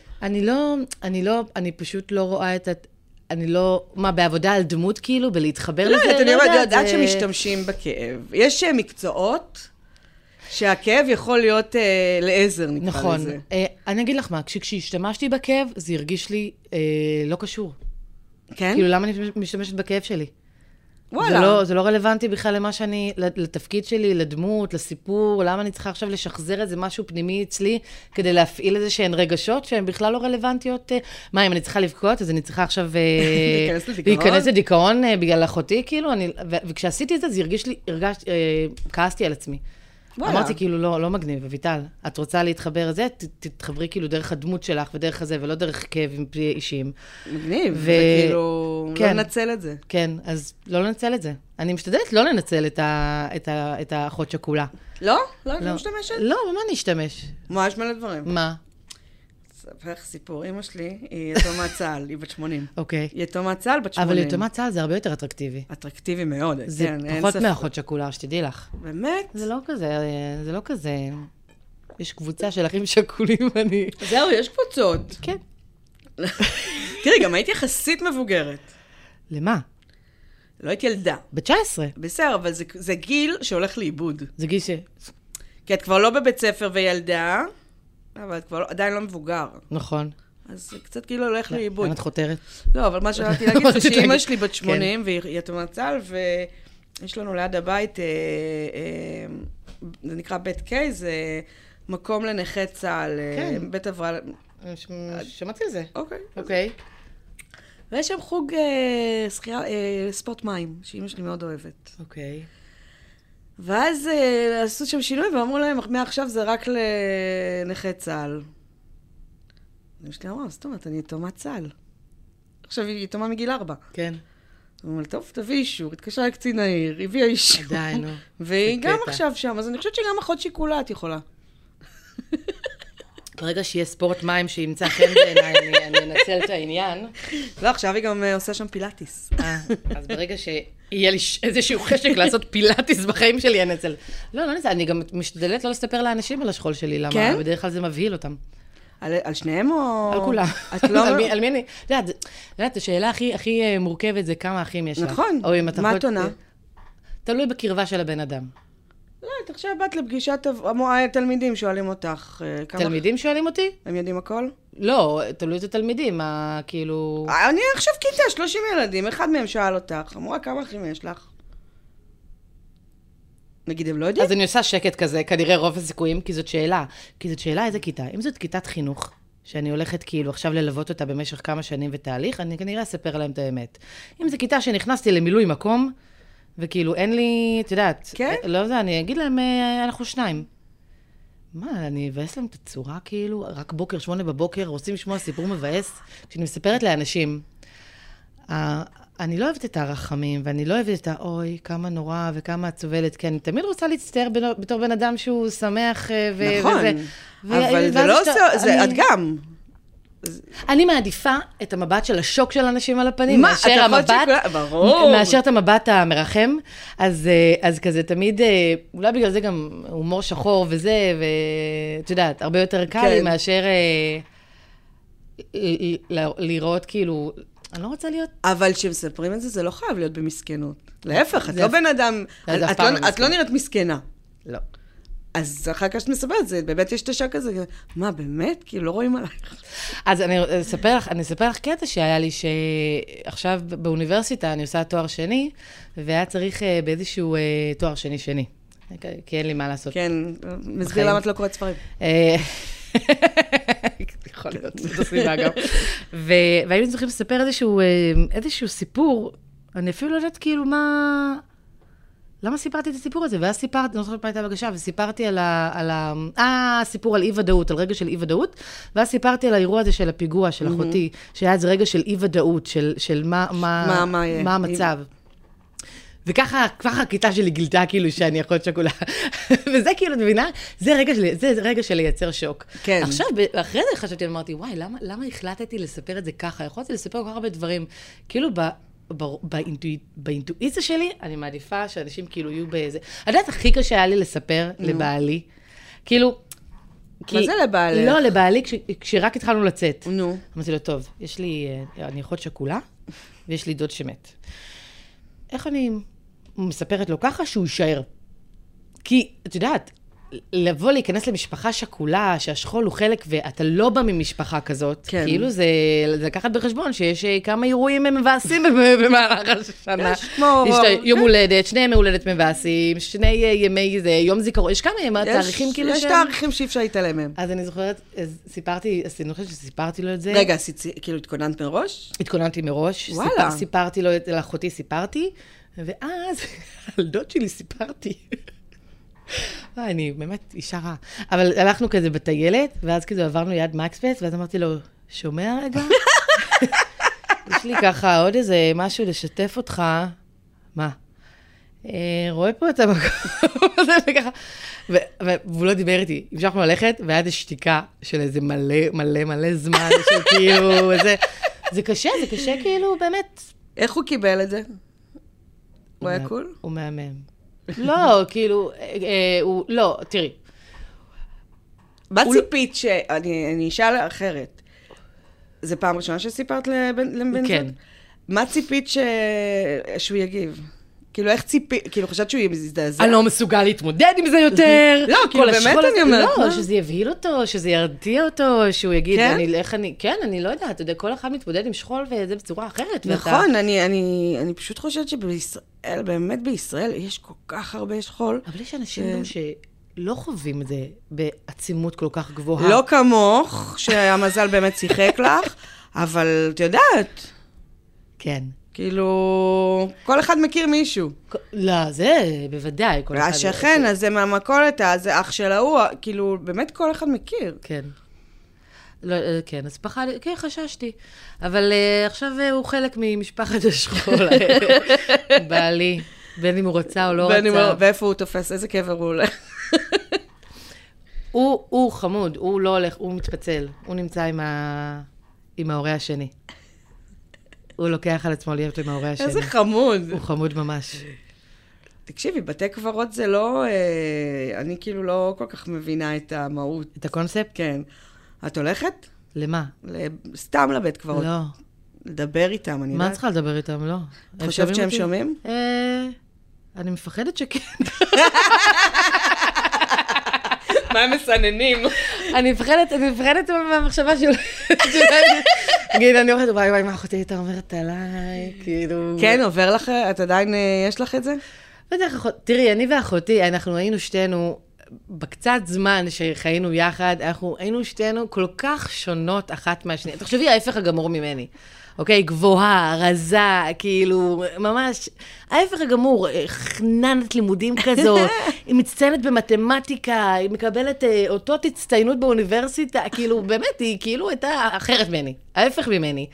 אני פשוט לא רואה אני לא, בעבודה על דמות כאילו, בלהתחבר לזה? לא, אני יודעת שמשתמשים בכאב. יש מקצועות שהכאב יכול להיות לעזר, נקרא לזה. נכון. אני אגיד לך מה, כשהשתמשתי בכאב, זה הרגיש לי לא קשור. כן? כאילו, למה אני משתמשת בכאב שלי? וואלה. זה לא רלוונטי בכלל למה שאני, לתפקיד שלי, לדמות, לסיפור, למה אני צריכה עכשיו לשחזר איזה משהו פנימי אצלי, כדי להפעיל איזה שהן רגשות שהן בכלל לא רלוונטיות. מה, אם אני צריכה לבכות, אז אני צריכה עכשיו להיכנס לדיכאון בגלל אחותי, כאילו, וכשעשיתי את זה, זה הרגיש לי, כעסתי על עצמי. אמרתי כאילו, לא מגניב, אביטל, את רוצה להתחבר לזה, תתחברי כאילו דרך הדמות שלך ודרך הזה, ולא דרך כאבים אישיים. מגניב, וכאילו, לא לנצל את זה. כן, אז לא לנצל את זה. אני משתדלת לא לנצל את האחות שכולה. לא? לא משתמשת? לא, במה אני אשתמש? מה, יש מלא דברים. מה? ספר סיפור, אמא שלי היא יתומת צה"ל, היא בת 80. אוקיי. יתומת צה"ל בת 80. אבל יתומת צה"ל זה הרבה יותר אטרקטיבי. אטרקטיבי מאוד, כן. זה פחות מאחות שכולה, שתדעי לך. באמת? זה לא כזה. יש קבוצה של אחים שכולים, אני... זהו, יש קבוצות. כן. תראי, גם הייתי יחסית מבוגרת. למה? לא הייתי ילדה. ב-19. בסדר, אבל זה גיל שהולך לאיבוד. זה גיל כי את כבר לא בבית ספר וילדה, אבל את כבר עדיין לא מבוגר. נכון. אז זה קצת כאילו הולך לאיבוד. למה את חותרת? לא, אבל מה שרציתי להגיד זה שאמא שלי בת 80, והיא יתומת צה"ל, ויש לנו ליד הבית, זה נקרא בית קיי, זה מקום לנכי צה"ל, בית אברהם. שמעתי על זה. אוקיי. ויש שם חוג ספורט מים, שאמא שלי מאוד אוהבת. אוקיי. ואז עשו שם שינוי, ואמרו להם, מעכשיו זה רק לנכי צה"ל. אמא שלי אמרה, זאת אומרת, אני יתומת צה"ל. עכשיו היא יתומה מגיל 4. כן. הוא אומר, טוב, תביא אישור, התקשרה לקצין העיר, הביאה אישור. עדיין, נו. והיא גם עכשיו שם, אז אני חושבת שגם אחות שיקולה את יכולה. ברגע שיהיה ספורט מים שימצא חן בעיניי, אני אנצל את העניין. לא, עכשיו היא גם עושה שם פילאטיס. אז ברגע שיהיה לי איזשהו חשק לעשות פילאטיס בחיים שלי, אני אנצל. לא נצא, אני גם משתדלת לא לספר לאנשים על השכול שלי, למה בדרך כלל זה מבהיל אותם. על שניהם או... על כולם. את לא... על מי אני... יודעת, השאלה הכי מורכבת זה כמה אחים יש לך. נכון, מה את עונה? תלוי בקרבה של הבן אדם. לא, את עכשיו באת לפגישת תלמידים שואלים אותך. תלמידים שואלים אותי? הם יודעים הכל? לא, תלוי את התלמידים, כאילו... אני עכשיו כיתה, 30 ילדים, אחד מהם שאל אותך, אמרה כמה אחים יש לך? נגיד, הם לא יודעים? אז אני עושה שקט כזה, כנראה רוב הסיכויים, כי זאת שאלה. כי זאת שאלה איזה כיתה. אם זאת כיתת חינוך, שאני הולכת כאילו עכשיו ללוות אותה במשך כמה שנים ותהליך, אני כנראה אספר להם את האמת. אם זו כיתה שנכנסתי למילוי מקום, וכאילו אין לי, את יודעת, כן? לא יודע, אני אגיד להם, אנחנו 2. מה, אני אבאס להם את הצורה כאילו, רק בוקר, 8 בבוקר, רוצים לשמוע סיפור מבאס, כשאני מספרת לאנשים, אני לא אוהבת את הרחמים, ואני לא אוהבת את אוי, כמה נורא וכמה עצובלת, כי אני תמיד רוצה להצטער בתור בן אדם שהוא שמח נכון, אבל זה לא עושה, זה את גם. אני מעדיפה את המבט של השוק של אנשים על הפנים, מאשר את המבט המרחם, אז כזה תמיד, אולי בגלל זה גם הומור שחור וזה, ואת יודעת, הרבה יותר קל לי מאשר לראות כאילו, אני לא רוצה להיות... אבל כשמספרים את זה, זה לא חייב להיות במסכנות. להפך, את לא בן אדם, את לא נראית מסכנה. לא. אז אחר כך שאת מספרת, זה באמת יש תשע כזה, מה, באמת? כאילו, לא רואים עלייך. אז אני אספר לך קטע שהיה לי, שעכשיו באוניברסיטה אני עושה תואר שני, והיה צריך באיזשהו תואר שני. כי אין לי מה לעשות. כן, מסביר למה את לא קוראת ספרים. יכול להיות, זאת הסיבה גם. והיינו צריכים לספר איזשהו סיפור, אני אפילו לא יודעת כאילו מה... למה סיפרתי את הסיפור הזה? ואז סיפרתי, לא זוכרת מה הייתה בגשה, וסיפרתי על סיפור על אי-ודאות, על רגע של אי-ודאות, ואז סיפרתי על האירוע הזה של הפיגוע של אחותי, שהיה איזה רגע של אי-ודאות, של מה המצב. וככה הכיתה שלי גילתה כאילו שאני אחות שכולה. וזה כאילו, מבינה? זה רגע של לייצר שוק. כן. עכשיו, אחרי זה חשבתי, אמרתי, וואי, למה החלטתי לספר את זה ככה? יכולתי לספר כל כך הרבה דברים. כאילו, באינטואיציה שלי, אני מעדיפה שאנשים כאילו יהיו באיזה... אני יודעת, הכי קשה היה לי לספר לבעלי. כאילו... מה זה לבעלי? לא, לבעלי, כשרק התחלנו לצאת. נו. אמרתי לו, טוב, אני אחות שכולה, ויש לי דוד שמת. איך אני מספרת לו ככה שהוא יישאר? כי, את יודעת, לבוא להיכנס למשפחה שכולה, שהשכול הוא חלק, ואתה לא בא ממשפחה כזאת, כן. כאילו זה לקחת בחשבון שיש כמה אירועים מבאסים במהלך השנה. יש כמו... יום הולדת, 2 הולדת מבאסים, 2 ימי זה, יום זיכרון, יש כמה ימי תאריכים כאילו יש תאריכים שאי אפשר להתעלם מהם. אז אני זוכרת, אני חושבת שסיפרתי לו את זה. רגע, כאילו התכוננת מראש? התכוננתי מראש. וואלה. סיפרתי לו, לאחותי סיפרתי, ואז על דוד שלי סיפרתי. אני באמת אישה רעה. אבל הלכנו כזה בטיילת, ואז כזה עברנו יד מקספייס, ואז אמרתי לו, שומע רגע? יש לי ככה עוד איזה משהו לשתף אותך. מה? רואה פה את המקום הזה וככה. והוא לא דיבר איתי. המשכנו ללכת, והיה איזו שתיקה של איזה מלא זמן, של כאילו, זה קשה כאילו באמת. איך הוא קיבל את זה? הוא היה קול? הוא מהמם. לא, כאילו, לא, תראי. מה ציפית אני אשאל אחרת. זה פעם ראשונה שסיפרת לבן זוג? כן. מה ציפית שהוא יגיב? כאילו, איך ציפי, כאילו, חשבת שהוא יזדעזע. אני לא מסוגל להתמודד עם זה יותר. לא, כאילו, באמת אני אומרת. לא, שזה יבהיל אותו, שזה ירתיע אותו, שהוא יגיד, כן, אני לא יודעת, אתה יודע, כל אחד מתמודד עם שכול וזה בצורה אחרת. נכון, אני פשוט חושבת שבישראל, באמת בישראל, יש כל כך הרבה שכול. אבל יש אנשים גם שלא חווים את זה בעצימות כל כך גבוהה. לא כמוך, שהמזל באמת שיחק לך, אבל את יודעת. כן. כאילו, כל אחד מכיר מישהו. לא, זה בוודאי. השכן, אז זה מהמכולת, זה אח של ההוא, כאילו, באמת כל אחד מכיר. כן. לא, כן, אז כן, חששתי. אבל עכשיו הוא חלק ממשפחת השכול. בעלי, בין אם הוא רצה או לא רצה. ואיפה הוא תופס? איזה קבר הוא הולך? הוא חמוד, הוא לא הולך, הוא מתפצל. הוא נמצא עם ההורה השני. הוא לוקח על עצמו להיות עם ההורה השני. איזה חמוד. הוא חמוד ממש. תקשיבי, בתי קברות זה לא... אני כאילו לא כל כך מבינה את המהות. את הקונספט? כן. את הולכת? למה? סתם לבית קברות. לא. לדבר איתם, אני יודעת. מה צריכה לדבר איתם? לא. את חושבת שהם שומעים? אני מפחדת שכן. מה הם מסננים? אני מפחדת מהמחשבה של... נגיד, אני אומרת, וואי, מה אחותי הייתה אומרת עליי, כאילו... כן, עובר לך, את עדיין, יש לך את זה? בטח, תראי, אני ואחותי, אנחנו היינו שתינו, בקצת זמן שחיינו יחד, אנחנו היינו שתינו כל כך שונות אחת מהשנייה. תחשבי, ההפך הגמור ממני. אוקיי, גבוהה, רזה, כאילו, ממש, ההפך הגמור, חננת לימודים כזאת, היא מצטיינת במתמטיקה, היא מקבלת אותות הצטיינות באוניברסיטה, כאילו, באמת, היא כאילו הייתה אחרת ממני, ההפך ממני.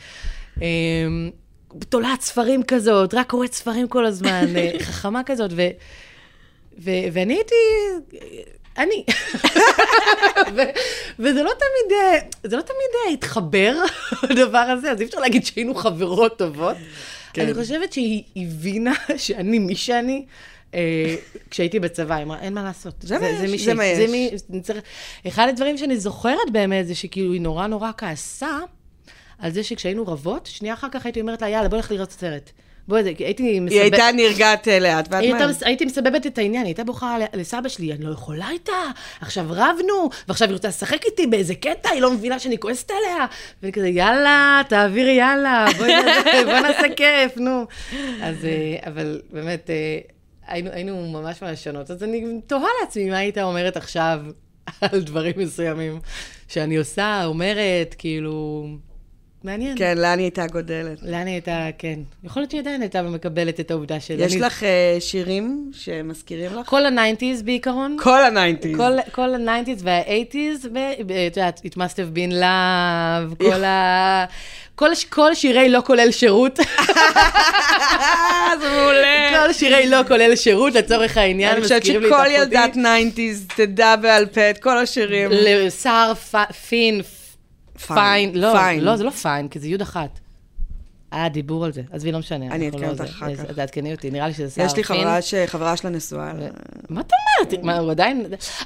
תולעת ספרים כזאת, רק קוראת ספרים כל הזמן, חכמה כזאת, ואני הייתי... אני. וזה לא תמיד התחבר, הדבר הזה, אז אי אפשר להגיד שהיינו חברות טובות. אני חושבת שהיא הבינה שאני מי שאני, כשהייתי בצבא, היא אמרה, אין מה לעשות. זה מה יש. אחד הדברים שאני זוכרת באמת, זה שכאילו היא נורא נורא כעסה, על זה שכשהיינו רבות, שנייה אחר כך הייתי אומרת לה, יאללה, בוא נלך לראות סרט. היא הייתה נרגעת לאט, ואת מה? הייתי מסבבת את העניין, היא הייתה בוכה לסבא שלי, אני לא יכולה איתה, עכשיו רבנו, ועכשיו היא רוצה לשחק איתי באיזה קטע, היא לא מבינה שאני כועסת עליה, ואני כזה, יאללה, תעבירי יאללה, בוא נעשה כיף, נו. אז, אבל באמת, היינו ממש ממש שונות, אז אני תוהה לעצמי מה היית אומרת עכשיו על דברים מסוימים שאני עושה, אומרת, כאילו... מעניין. כן, לאן היא הייתה גודלת. לאן היא הייתה, כן. יכול להיות שהיא עדיין הייתה ומקבלת את העובדה שלי. יש לך שירים שמזכירים לך? כל ה-90s בעיקרון. כל ה-90s. כל ה-90s וה-80s, ואת יודעת, It must have been love, כל שירי לא כולל שירות. זה מעולה. כל שירי לא כולל שירות, לצורך העניין. אני חושבת שכל ילדת 90s תדע בעל פה את כל השירים. לסער, פין, פיין, לא, זה לא פיין, כי זה יוד אחת. היה דיבור על זה, אז היא לא משנה. אני אתקן אותך אחר כך. אז תעדכני אותי, נראה לי שזה סער פין. יש לי חברה שלה נשואה. מה את אומרת? מה, הוא עדיין...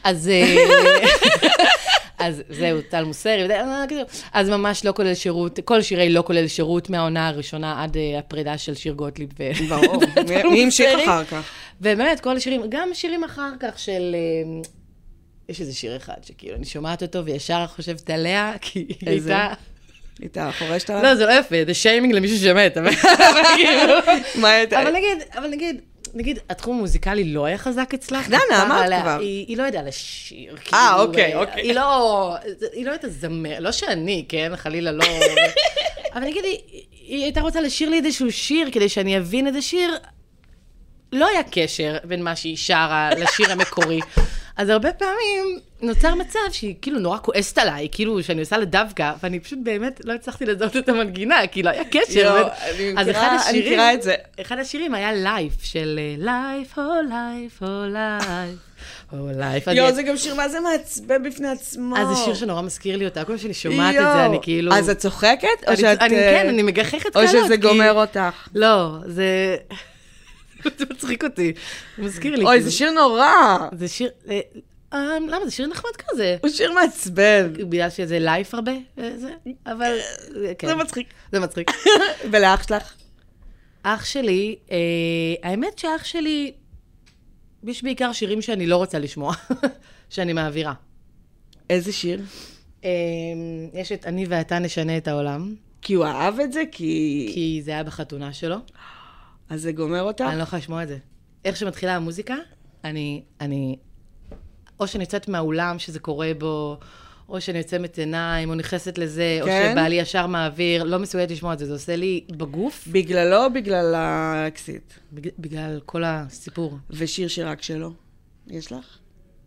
אז זהו, טל מוסרי, אז ממש לא כולל שירות, כל שירי לא כולל שירות מהעונה הראשונה עד הפרידה של שיר גוטליב. ברור, מי המשיך אחר כך? ובאמת, כל השירים, גם שירים אחר כך של... יש איזה שיר אחד שכאילו אני שומעת אותו וישר חושבת עליה, כי היא הייתה... איתה, חורשת עליו? לא, זה לא יפה, זה שיימינג למישהו שמת. מה הייתה? אבל נגיד, התחום המוזיקלי לא היה חזק אצלך. דנה, אמרת כבר. היא לא ידעה לשיר. אוקיי. היא לא הייתה זמר, לא שאני, כן, חלילה לא... אבל נגיד, היא הייתה רוצה לשיר לי איזשהו שיר, כדי שאני אבין איזה שיר, לא היה קשר בין מה שהיא שרה לשיר המקורי. אז הרבה פעמים נוצר מצב שהיא כאילו נורא כועסת עליי, כאילו שאני עושה לדווקא, ואני פשוט באמת לא הצלחתי לזהות את המנגינה, כי לא היה קשר. אני מכירה את זה. אחד השירים היה לייף, של Life, oh life, oh life, oh life. זה גם שיר, מה זה מעצבן בפני עצמו? אז זה שיר שנורא מזכיר לי אותה, כל שאני שומעת את זה, אני כאילו... אז את צוחקת? כן, אני מגחכת קלות. או שזה גומר אותך? לא, זה מצחיק אותי, זה מזכיר לי. אוי, זה שיר נורא. זה שיר... למה? זה שיר נחמד כזה. הוא שיר מעצבן. בגלל שזה לייף הרבה, אבל... זה מצחיק. זה מצחיק. ולאח שלך? אח שלי, האמת שאח שלי, יש בעיקר שירים שאני לא רוצה לשמוע, שאני מעבירה. איזה שיר? יש את אני ואתה נשנה את העולם. כי הוא אהב את זה? כי זה היה בחתונה שלו. אז זה גומר אותך? אני לא יכולה לשמוע את זה. איך שמתחילה המוזיקה, אני או שאני יוצאת מהאולם שזה קורה בו, או שאני יוצאת עיניים, או נכנסת לזה, או שבעלי ישר מעביר, לא מסוגלת לשמוע את זה, זה עושה לי בגוף. בגללו או בגלל האקסיט? בגלל כל הסיפור. ושיר שרק שלו? יש לך?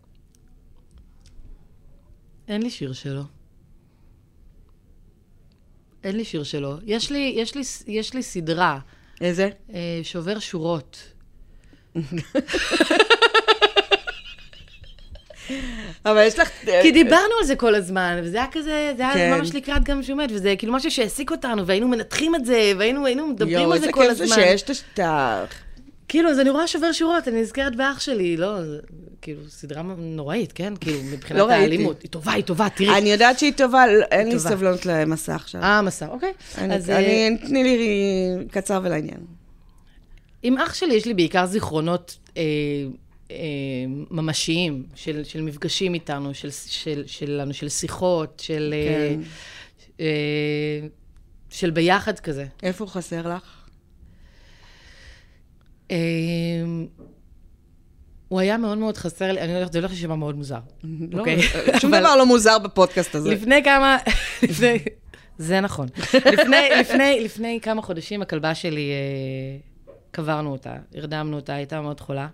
אין לי שיר שלו. אין לי שיר שלו. יש לי סדרה. איזה? שובר שורות. אבל יש לך... כי דיברנו על זה כל הזמן, וזה היה כזה, זה היה ממש לקראת גם שומת, וזה כאילו משהו שהעסיק אותנו, והיינו מנתחים את זה, והיינו מדברים על זה כל הזמן. יו, איזה כיף זה שיש כאילו, אז אני רואה שובר שורות, אני נזכרת באח שלי, לא, כאילו, סדרה נוראית, כן? כאילו, מבחינת האלימות. היא טובה, היא טובה, תראי. אני יודעת שהיא טובה, אין לי סבלנות למסע עכשיו. מסע, אוקיי. תני לי קצר ולעניין. עם אח שלי יש לי בעיקר זיכרונות ממשיים, של מפגשים איתנו, של שיחות, של ביחד כזה. איפה הוא חסר לך? הוא היה מאוד מאוד חסר לי, זה הולך לשמע מאוד מוזר. שום דבר לא מוזר בפודקאסט הזה. לפני כמה, זה נכון. לפני כמה חודשים הכלבה שלי, קברנו אותה, הרדמנו אותה, הייתה מאוד חולה.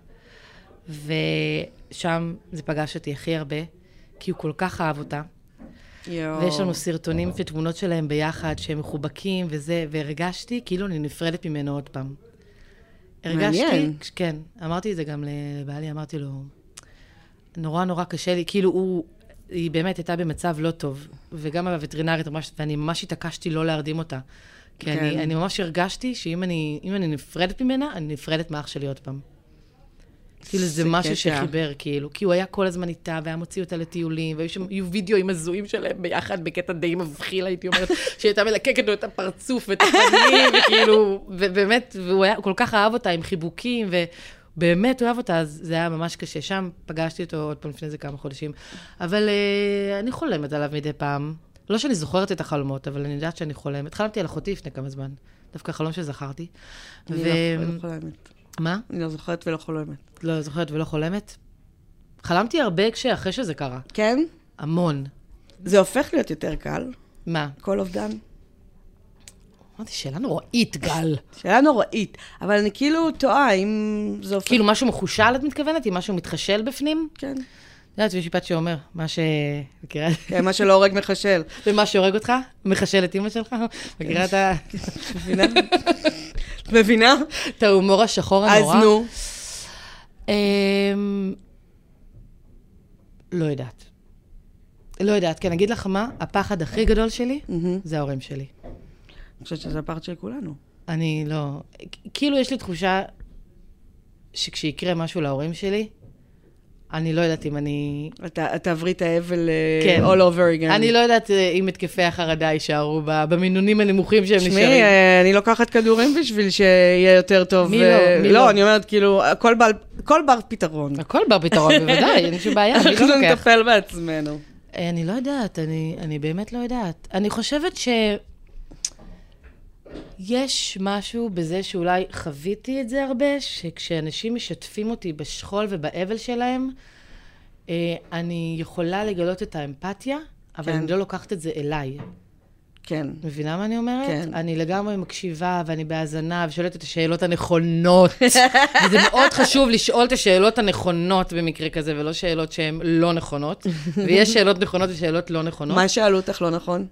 ושם זה פגש אותי הכי הרבה, כי הוא כל כך אהב אותה. ויש לנו סרטונים ותמונות שלהם ביחד, שהם מחובקים וזה, והרגשתי כאילו אני נפרדת ממנו עוד פעם. הרגשתי, כן, אמרתי את זה גם לבעלי, אמרתי לו, נורא נורא קשה לי, כאילו היא באמת הייתה במצב לא טוב, וגם הווטרינרית, ואני ממש התעקשתי לא להרדים אותה, כי אני ממש הרגשתי שאם אני נפרדת ממנה, אני נפרדת מאח שלי עוד פעם. כאילו זה משהו שחיבר, כאילו, כי הוא היה כל הזמן איתה, והיה מוציא אותה לטיולים, והיו וידאוים הזויים שלהם ביחד, בקטע די מבחיל, הייתי אומרת, שהייתה מלקקת לו את הפרצוף ואת הפנים, וכאילו, ובאמת, והוא כל כך אהב אותה עם חיבוקים, ובאמת הוא אהב אותה, אז זה היה ממש קשה. שם פגשתי אותו עוד פעם לפני זה כמה חודשים, אבל אני חולמת עליו מדי פעם. לא שאני זוכרת את החלומות, אבל אני יודעת שאני חולמת. חלמתי על אחותי לפני כמה זמן, דווקא חלום שזכרתי. אני לא חולמת. מה? אני לא זוכרת ולא חולמת. לא זוכרת ולא חולמת? חלמתי הרבה אחרי שזה קרה. כן? המון. זה הופך להיות יותר קל. מה? כל אובדן. אמרתי, שאלה נוראית, גל. שאלה נוראית. אבל אני כאילו טועה, אם זה הופך... כאילו משהו מחושל, את מתכוונת? אם משהו מתחשל בפנים? כן. יודעת, יש שיפט שאומר, מה ש... כן, מה שלא הורג מחשל. ומה שהורג אותך? מחשל את אמא שלך? מכירה את ה... מבינה? את מבינה? את ההומור השחור הנורא? אז נו. לא יודעת. לא יודעת. כן, אגיד לך מה? הפחד הכי גדול שלי, זה ההורים שלי. אני חושבת שזה הפחד של כולנו. אני לא... כאילו יש לי תחושה שכשיקרה משהו להורים שלי, אני לא יודעת אם אני... אתה תעברי את האבל all over again. אני לא יודעת אם התקפי החרדה יישארו במינונים הנמוכים שהם נשארים. שמי, אני לוקחת כדורים בשביל שיהיה יותר טוב. מי לא? מי לא, אני אומרת, כאילו, כל בר פתרון. הכל בר פתרון, בוודאי, אין שום בעיה. אנחנו נטפל בעצמנו. אני לא יודעת, אני באמת לא יודעת. אני חושבת יש משהו בזה שאולי חוויתי את זה הרבה, שכשאנשים משתפים אותי בשכול ובאבל שלהם, אני יכולה לגלות את האמפתיה, אבל אני לא לוקחת את זה אליי. כן. מבינה מה אני אומרת? כן. אני לגמרי מקשיבה, ואני בהאזנה, ושואלת את השאלות הנכונות. וזה מאוד חשוב לשאול את השאלות הנכונות במקרה כזה, ולא שאלות שהן לא נכונות. ויש שאלות נכונות ושאלות לא נכונות. מה שאלו אותך לא נכון?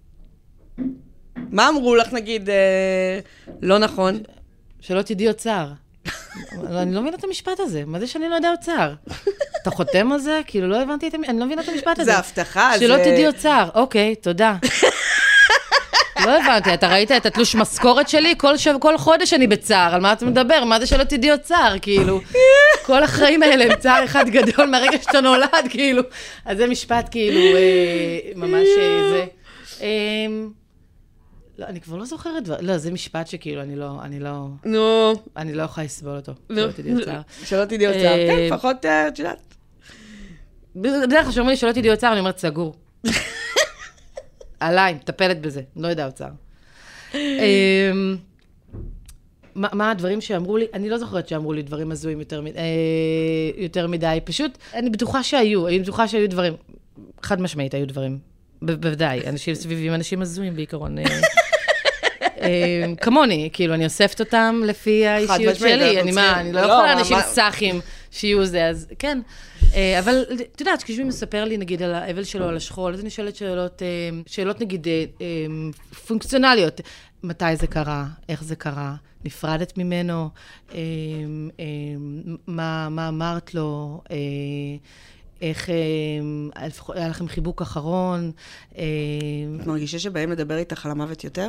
מה אמרו לך, נגיד, לא נכון? שלא תדעי אוצר. אני לא מבינה את המשפט הזה. מה זה שאני לא יודע אוצר? אתה חותם על זה? כאילו, לא הבנתי אני לא מבינה את המשפט הזה. זה הבטחה, זה... שלא תדעי אוצר. אוקיי, תודה. לא הבנתי, אתה ראית את התלוש משכורת שלי? כל חודש אני בצער. על מה אתה מדבר? מה זה שלא תדעי אוצר? כאילו, כל החיים האלה הם צער אחד גדול מהרגע שאתה נולד, כאילו. אז זה משפט, כאילו, ממש זה... לא, אני כבר לא זוכרת דבר. לא, זה משפט שכאילו, אני לא... נו. אני לא יכולה לסבול אותו. שלא תדעי צער. שלא תדעי צער. כן, לפחות, את יודעת. בדרך כלל שאומרים לי שלא תדעי צער, אני אומרת סגור. עליי, מטפלת בזה. לא יודע צער. מה הדברים שאמרו לי? אני לא זוכרת שאמרו לי דברים הזויים יותר מדי. פשוט, אני בטוחה שהיו דברים. חד משמעית היו דברים. בוודאי, אנשים סביבים, אנשים הזויים בעיקרון. כמוני, כאילו, אני אוספת אותם לפי האישיות שלי. אני לא יכולה אנשים סחים שיהיו זה, אז כן. אבל, את יודעת, כשמישהו מספר לי, נגיד, על האבל שלו, על השכול, אז אני שואלת שאלות, נגיד, פונקציונליות. מתי זה קרה? איך זה קרה? נפרדת ממנו? מה אמרת לו? איך היה לכם חיבוק אחרון? את מרגישה שבאים לדבר איתך על המוות יותר?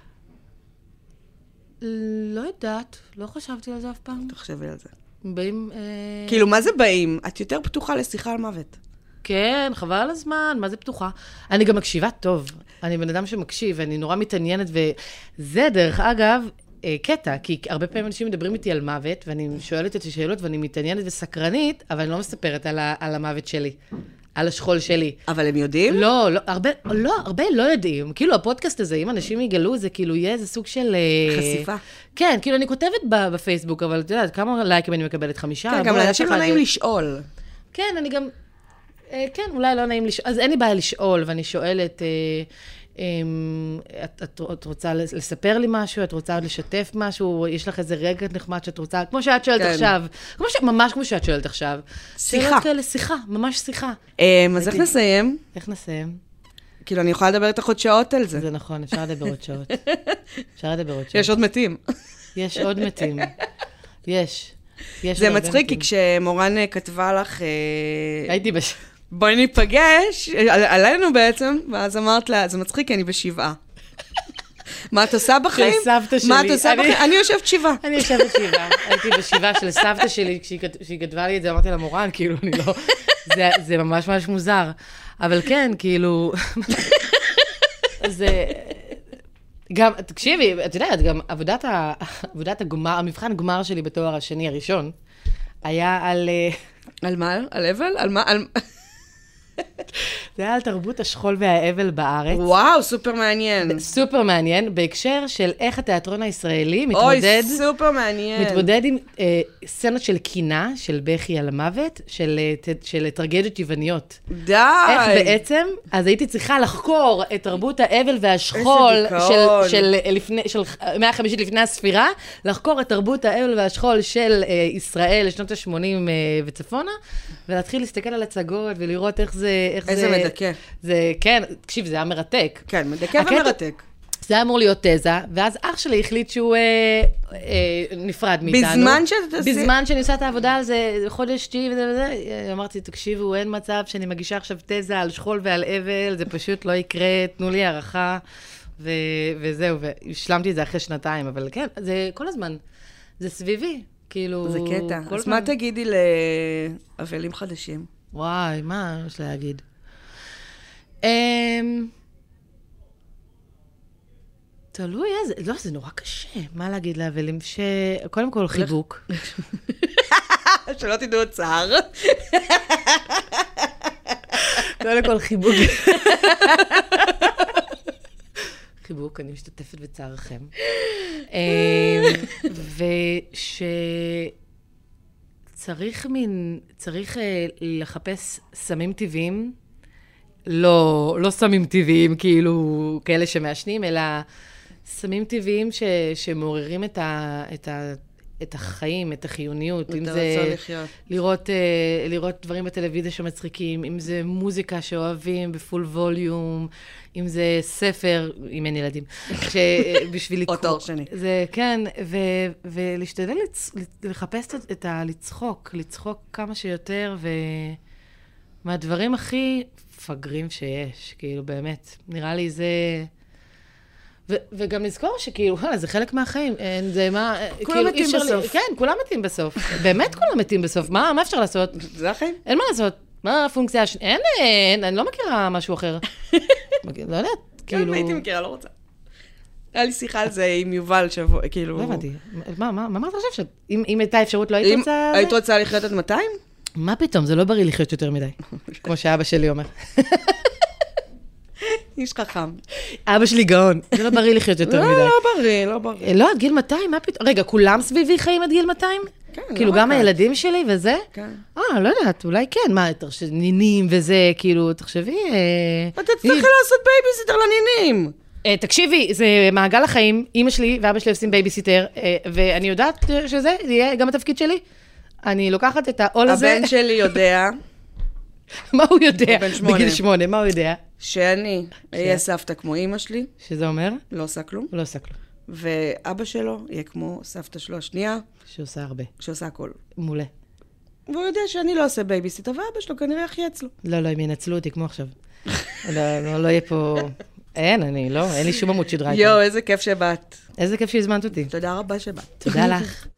לא יודעת, לא חשבתי על זה אף פעם. תחשבי על זה. באים... כאילו, מה זה באים? את יותר פתוחה לשיחה על מוות. כן, חבל על הזמן, מה זה פתוחה? אני גם מקשיבה טוב. אני בן אדם שמקשיב, ואני נורא מתעניינת, וזה דרך אגב, קטע, כי הרבה פעמים אנשים מדברים איתי על מוות, ואני שואלת את השאלות, ואני מתעניינת וסקרנית, אבל אני לא מספרת על המוות שלי, על השכול שלי. אבל הם יודעים? לא, הרבה לא יודעים. כאילו, הפודקאסט הזה, אם אנשים יגלו, זה כאילו יהיה איזה סוג של... חשיפה. כן, כאילו, אני כותבת בפייסבוק, אבל את יודעת, כמה לייקים אני מקבלת? 5? כן, גם לאנשים לא נעים לשאול. כן, אני גם... כן, אולי לא נעים לשאול. אז אין לי בעיה לשאול, ואני שואלת... את רוצה לספר לי משהו? את רוצה לשתף משהו? יש לך איזה רגע נחמד שאת רוצה? כמו שאת שואלת עכשיו. ממש כמו שאת שואלת עכשיו. שיחה. שיחה, ממש שיחה. אז איך נסיים? איך נסיים? כאילו, אני יכולה לדבר איתך עוד שעות על זה. זה נכון, אפשר לדבר עוד שעות. יש עוד מתים. יש עוד מתים. יש. זה מצחיק, כי כשמורן כתבה לך... הייתי בואי ניפגש, עלינו בעצם, ואז אמרת לה, זה מצחיק, כי אני בשבעה. מה את עושה בחיים? של סבתא שלי. מה את עושה בחיים? אני יושבת שבעה. אני יושבת שבעה. הייתי בשבעה של סבתא שלי, כשהיא כתבה לי את זה, אמרתי לה, מורן, כאילו, אני לא... זה ממש ממש מוזר. אבל כן, כאילו... זה... גם, תקשיבי, את יודעת, גם עבודת הגמר, המבחן גמר שלי בתואר השני הראשון, היה על... על מה? על אבל? על מה? זה היה על תרבות השכול והאבל בארץ. וואו, סופר מעניין. סופר מעניין, בהקשר של איך התיאטרון הישראלי מתמודד... אוי, סופר מעניין. מתמודד עם סצנות של קינה, של בכי על המוות, של טרגדיות יווניות. די. איך בעצם? אז הייתי צריכה לחקור את תרבות האבל והשכול של 150 לפני הספירה, לחקור את תרבות האבל והשכול של ישראל לשנות ה-80 וצפונה, ולהתחיל להסתכל על הצגות ולראות איך זה... איזה מדכא. זה, כן, תקשיב, זה היה מרתק. כן, מדכא ומרתק. זה היה אמור להיות תזה, ואז אח שלי החליט שהוא נפרד מאיתנו. בזמן שאני עושה את העבודה על זה, חודש תשיעי וזה וזה, אמרתי, תקשיבו, אין מצב שאני מגישה עכשיו תזה על שכול ועל אבל, זה פשוט לא יקרה, תנו לי הערכה, וזהו, והשלמתי את זה אחרי 2 אבל כן, זה כל הזמן, זה סביבי, כאילו... זה קטע. אז מה תגידי לאבלים חדשים? וואי, מה יש להגיד? תלוי איזה, לא, זה נורא קשה. מה להגיד לאבלים? קודם כל חיבוק. שלא תדעו צער. קודם כל חיבוק. חיבוק, אני משתתפת בצערכם. צריך לחפש סמים טבעיים, לא סמים טבעיים, כאילו כאלה שמעשנים, אלא סמים טבעיים שמעוררים את החיים, את החיוניות. אם זה לראות דברים בטלוויזיה שמצחיקים, אם זה מוזיקה שאוהבים בפול ווליום, אם זה ספר, אם אין ילדים, בשביל לקרוא. או תואר שני. זה, כן, ולהשתדל לחפש את לצחוק כמה שיותר, ומהדברים הכי פגרים שיש, כאילו באמת, נראה לי זה... וגם לזכור שכאילו, זה חלק מהחיים, זה מה... כולם מתים בסוף. כן, כולם מתים בסוף. באמת כולם מתים בסוף. מה אפשר לעשות? זה החיים. אין מה לעשות. מה הפונקציה השנייה? אין, אני לא מכירה משהו אחר. לא יודעת, כאילו... כן, הייתי מכירה, לא רוצה. היה לי שיחה על זה עם יובל שבוע, כאילו... לא הבנתי. מה אתה חושב? אם הייתה אפשרות, לא היית רוצה... היית רוצה לחיות עד 200? מה פתאום? זה לא בריא לחיות יותר מדי. כמו שאבא שלי אומר. איש חכם. אבא שלי גאון. זה לא בריא לחיות יותר מדי. לא בריא, לא בריא. לא, עד גיל 200, מה פתאום? רגע, כולם סביבי חיים עד גיל 200? כן. כאילו, גם הילדים שלי וזה? כן. לא יודעת, אולי כן. מה, נינים וזה, כאילו, תחשבי... אתה תצטרכי לעשות בייביסיטר לנינים. תקשיבי, זה מעגל החיים, אמא שלי ואבא שלי עושים בייביסיטר, ואני יודעת שזה יהיה גם התפקיד שלי. אני לוקחת את העול הזה... הבן שלי יודע... מה הוא יודע? בן 8. בגיל 8, מה הוא יודע? שאני אהיה סבתא כמו אמא שלי. שזה אומר? לא עושה כלום. לא עושה כלום. ואבא שלו יהיה כמו סבתא שלו השנייה. שעושה הרבה. שעושה הכל. מעולה. והוא יודע שאני לא עושה בייביסיטר, ואבא שלו כנראה יחייץ לו. לא, הם ינצלו אותי כמו עכשיו. לא יהיה פה... אין לי שום עמוד שדרה. יו, איזה כיף שבאת. איזה כיף שהזמנת אותי. תודה רבה שבאת. תודה לך.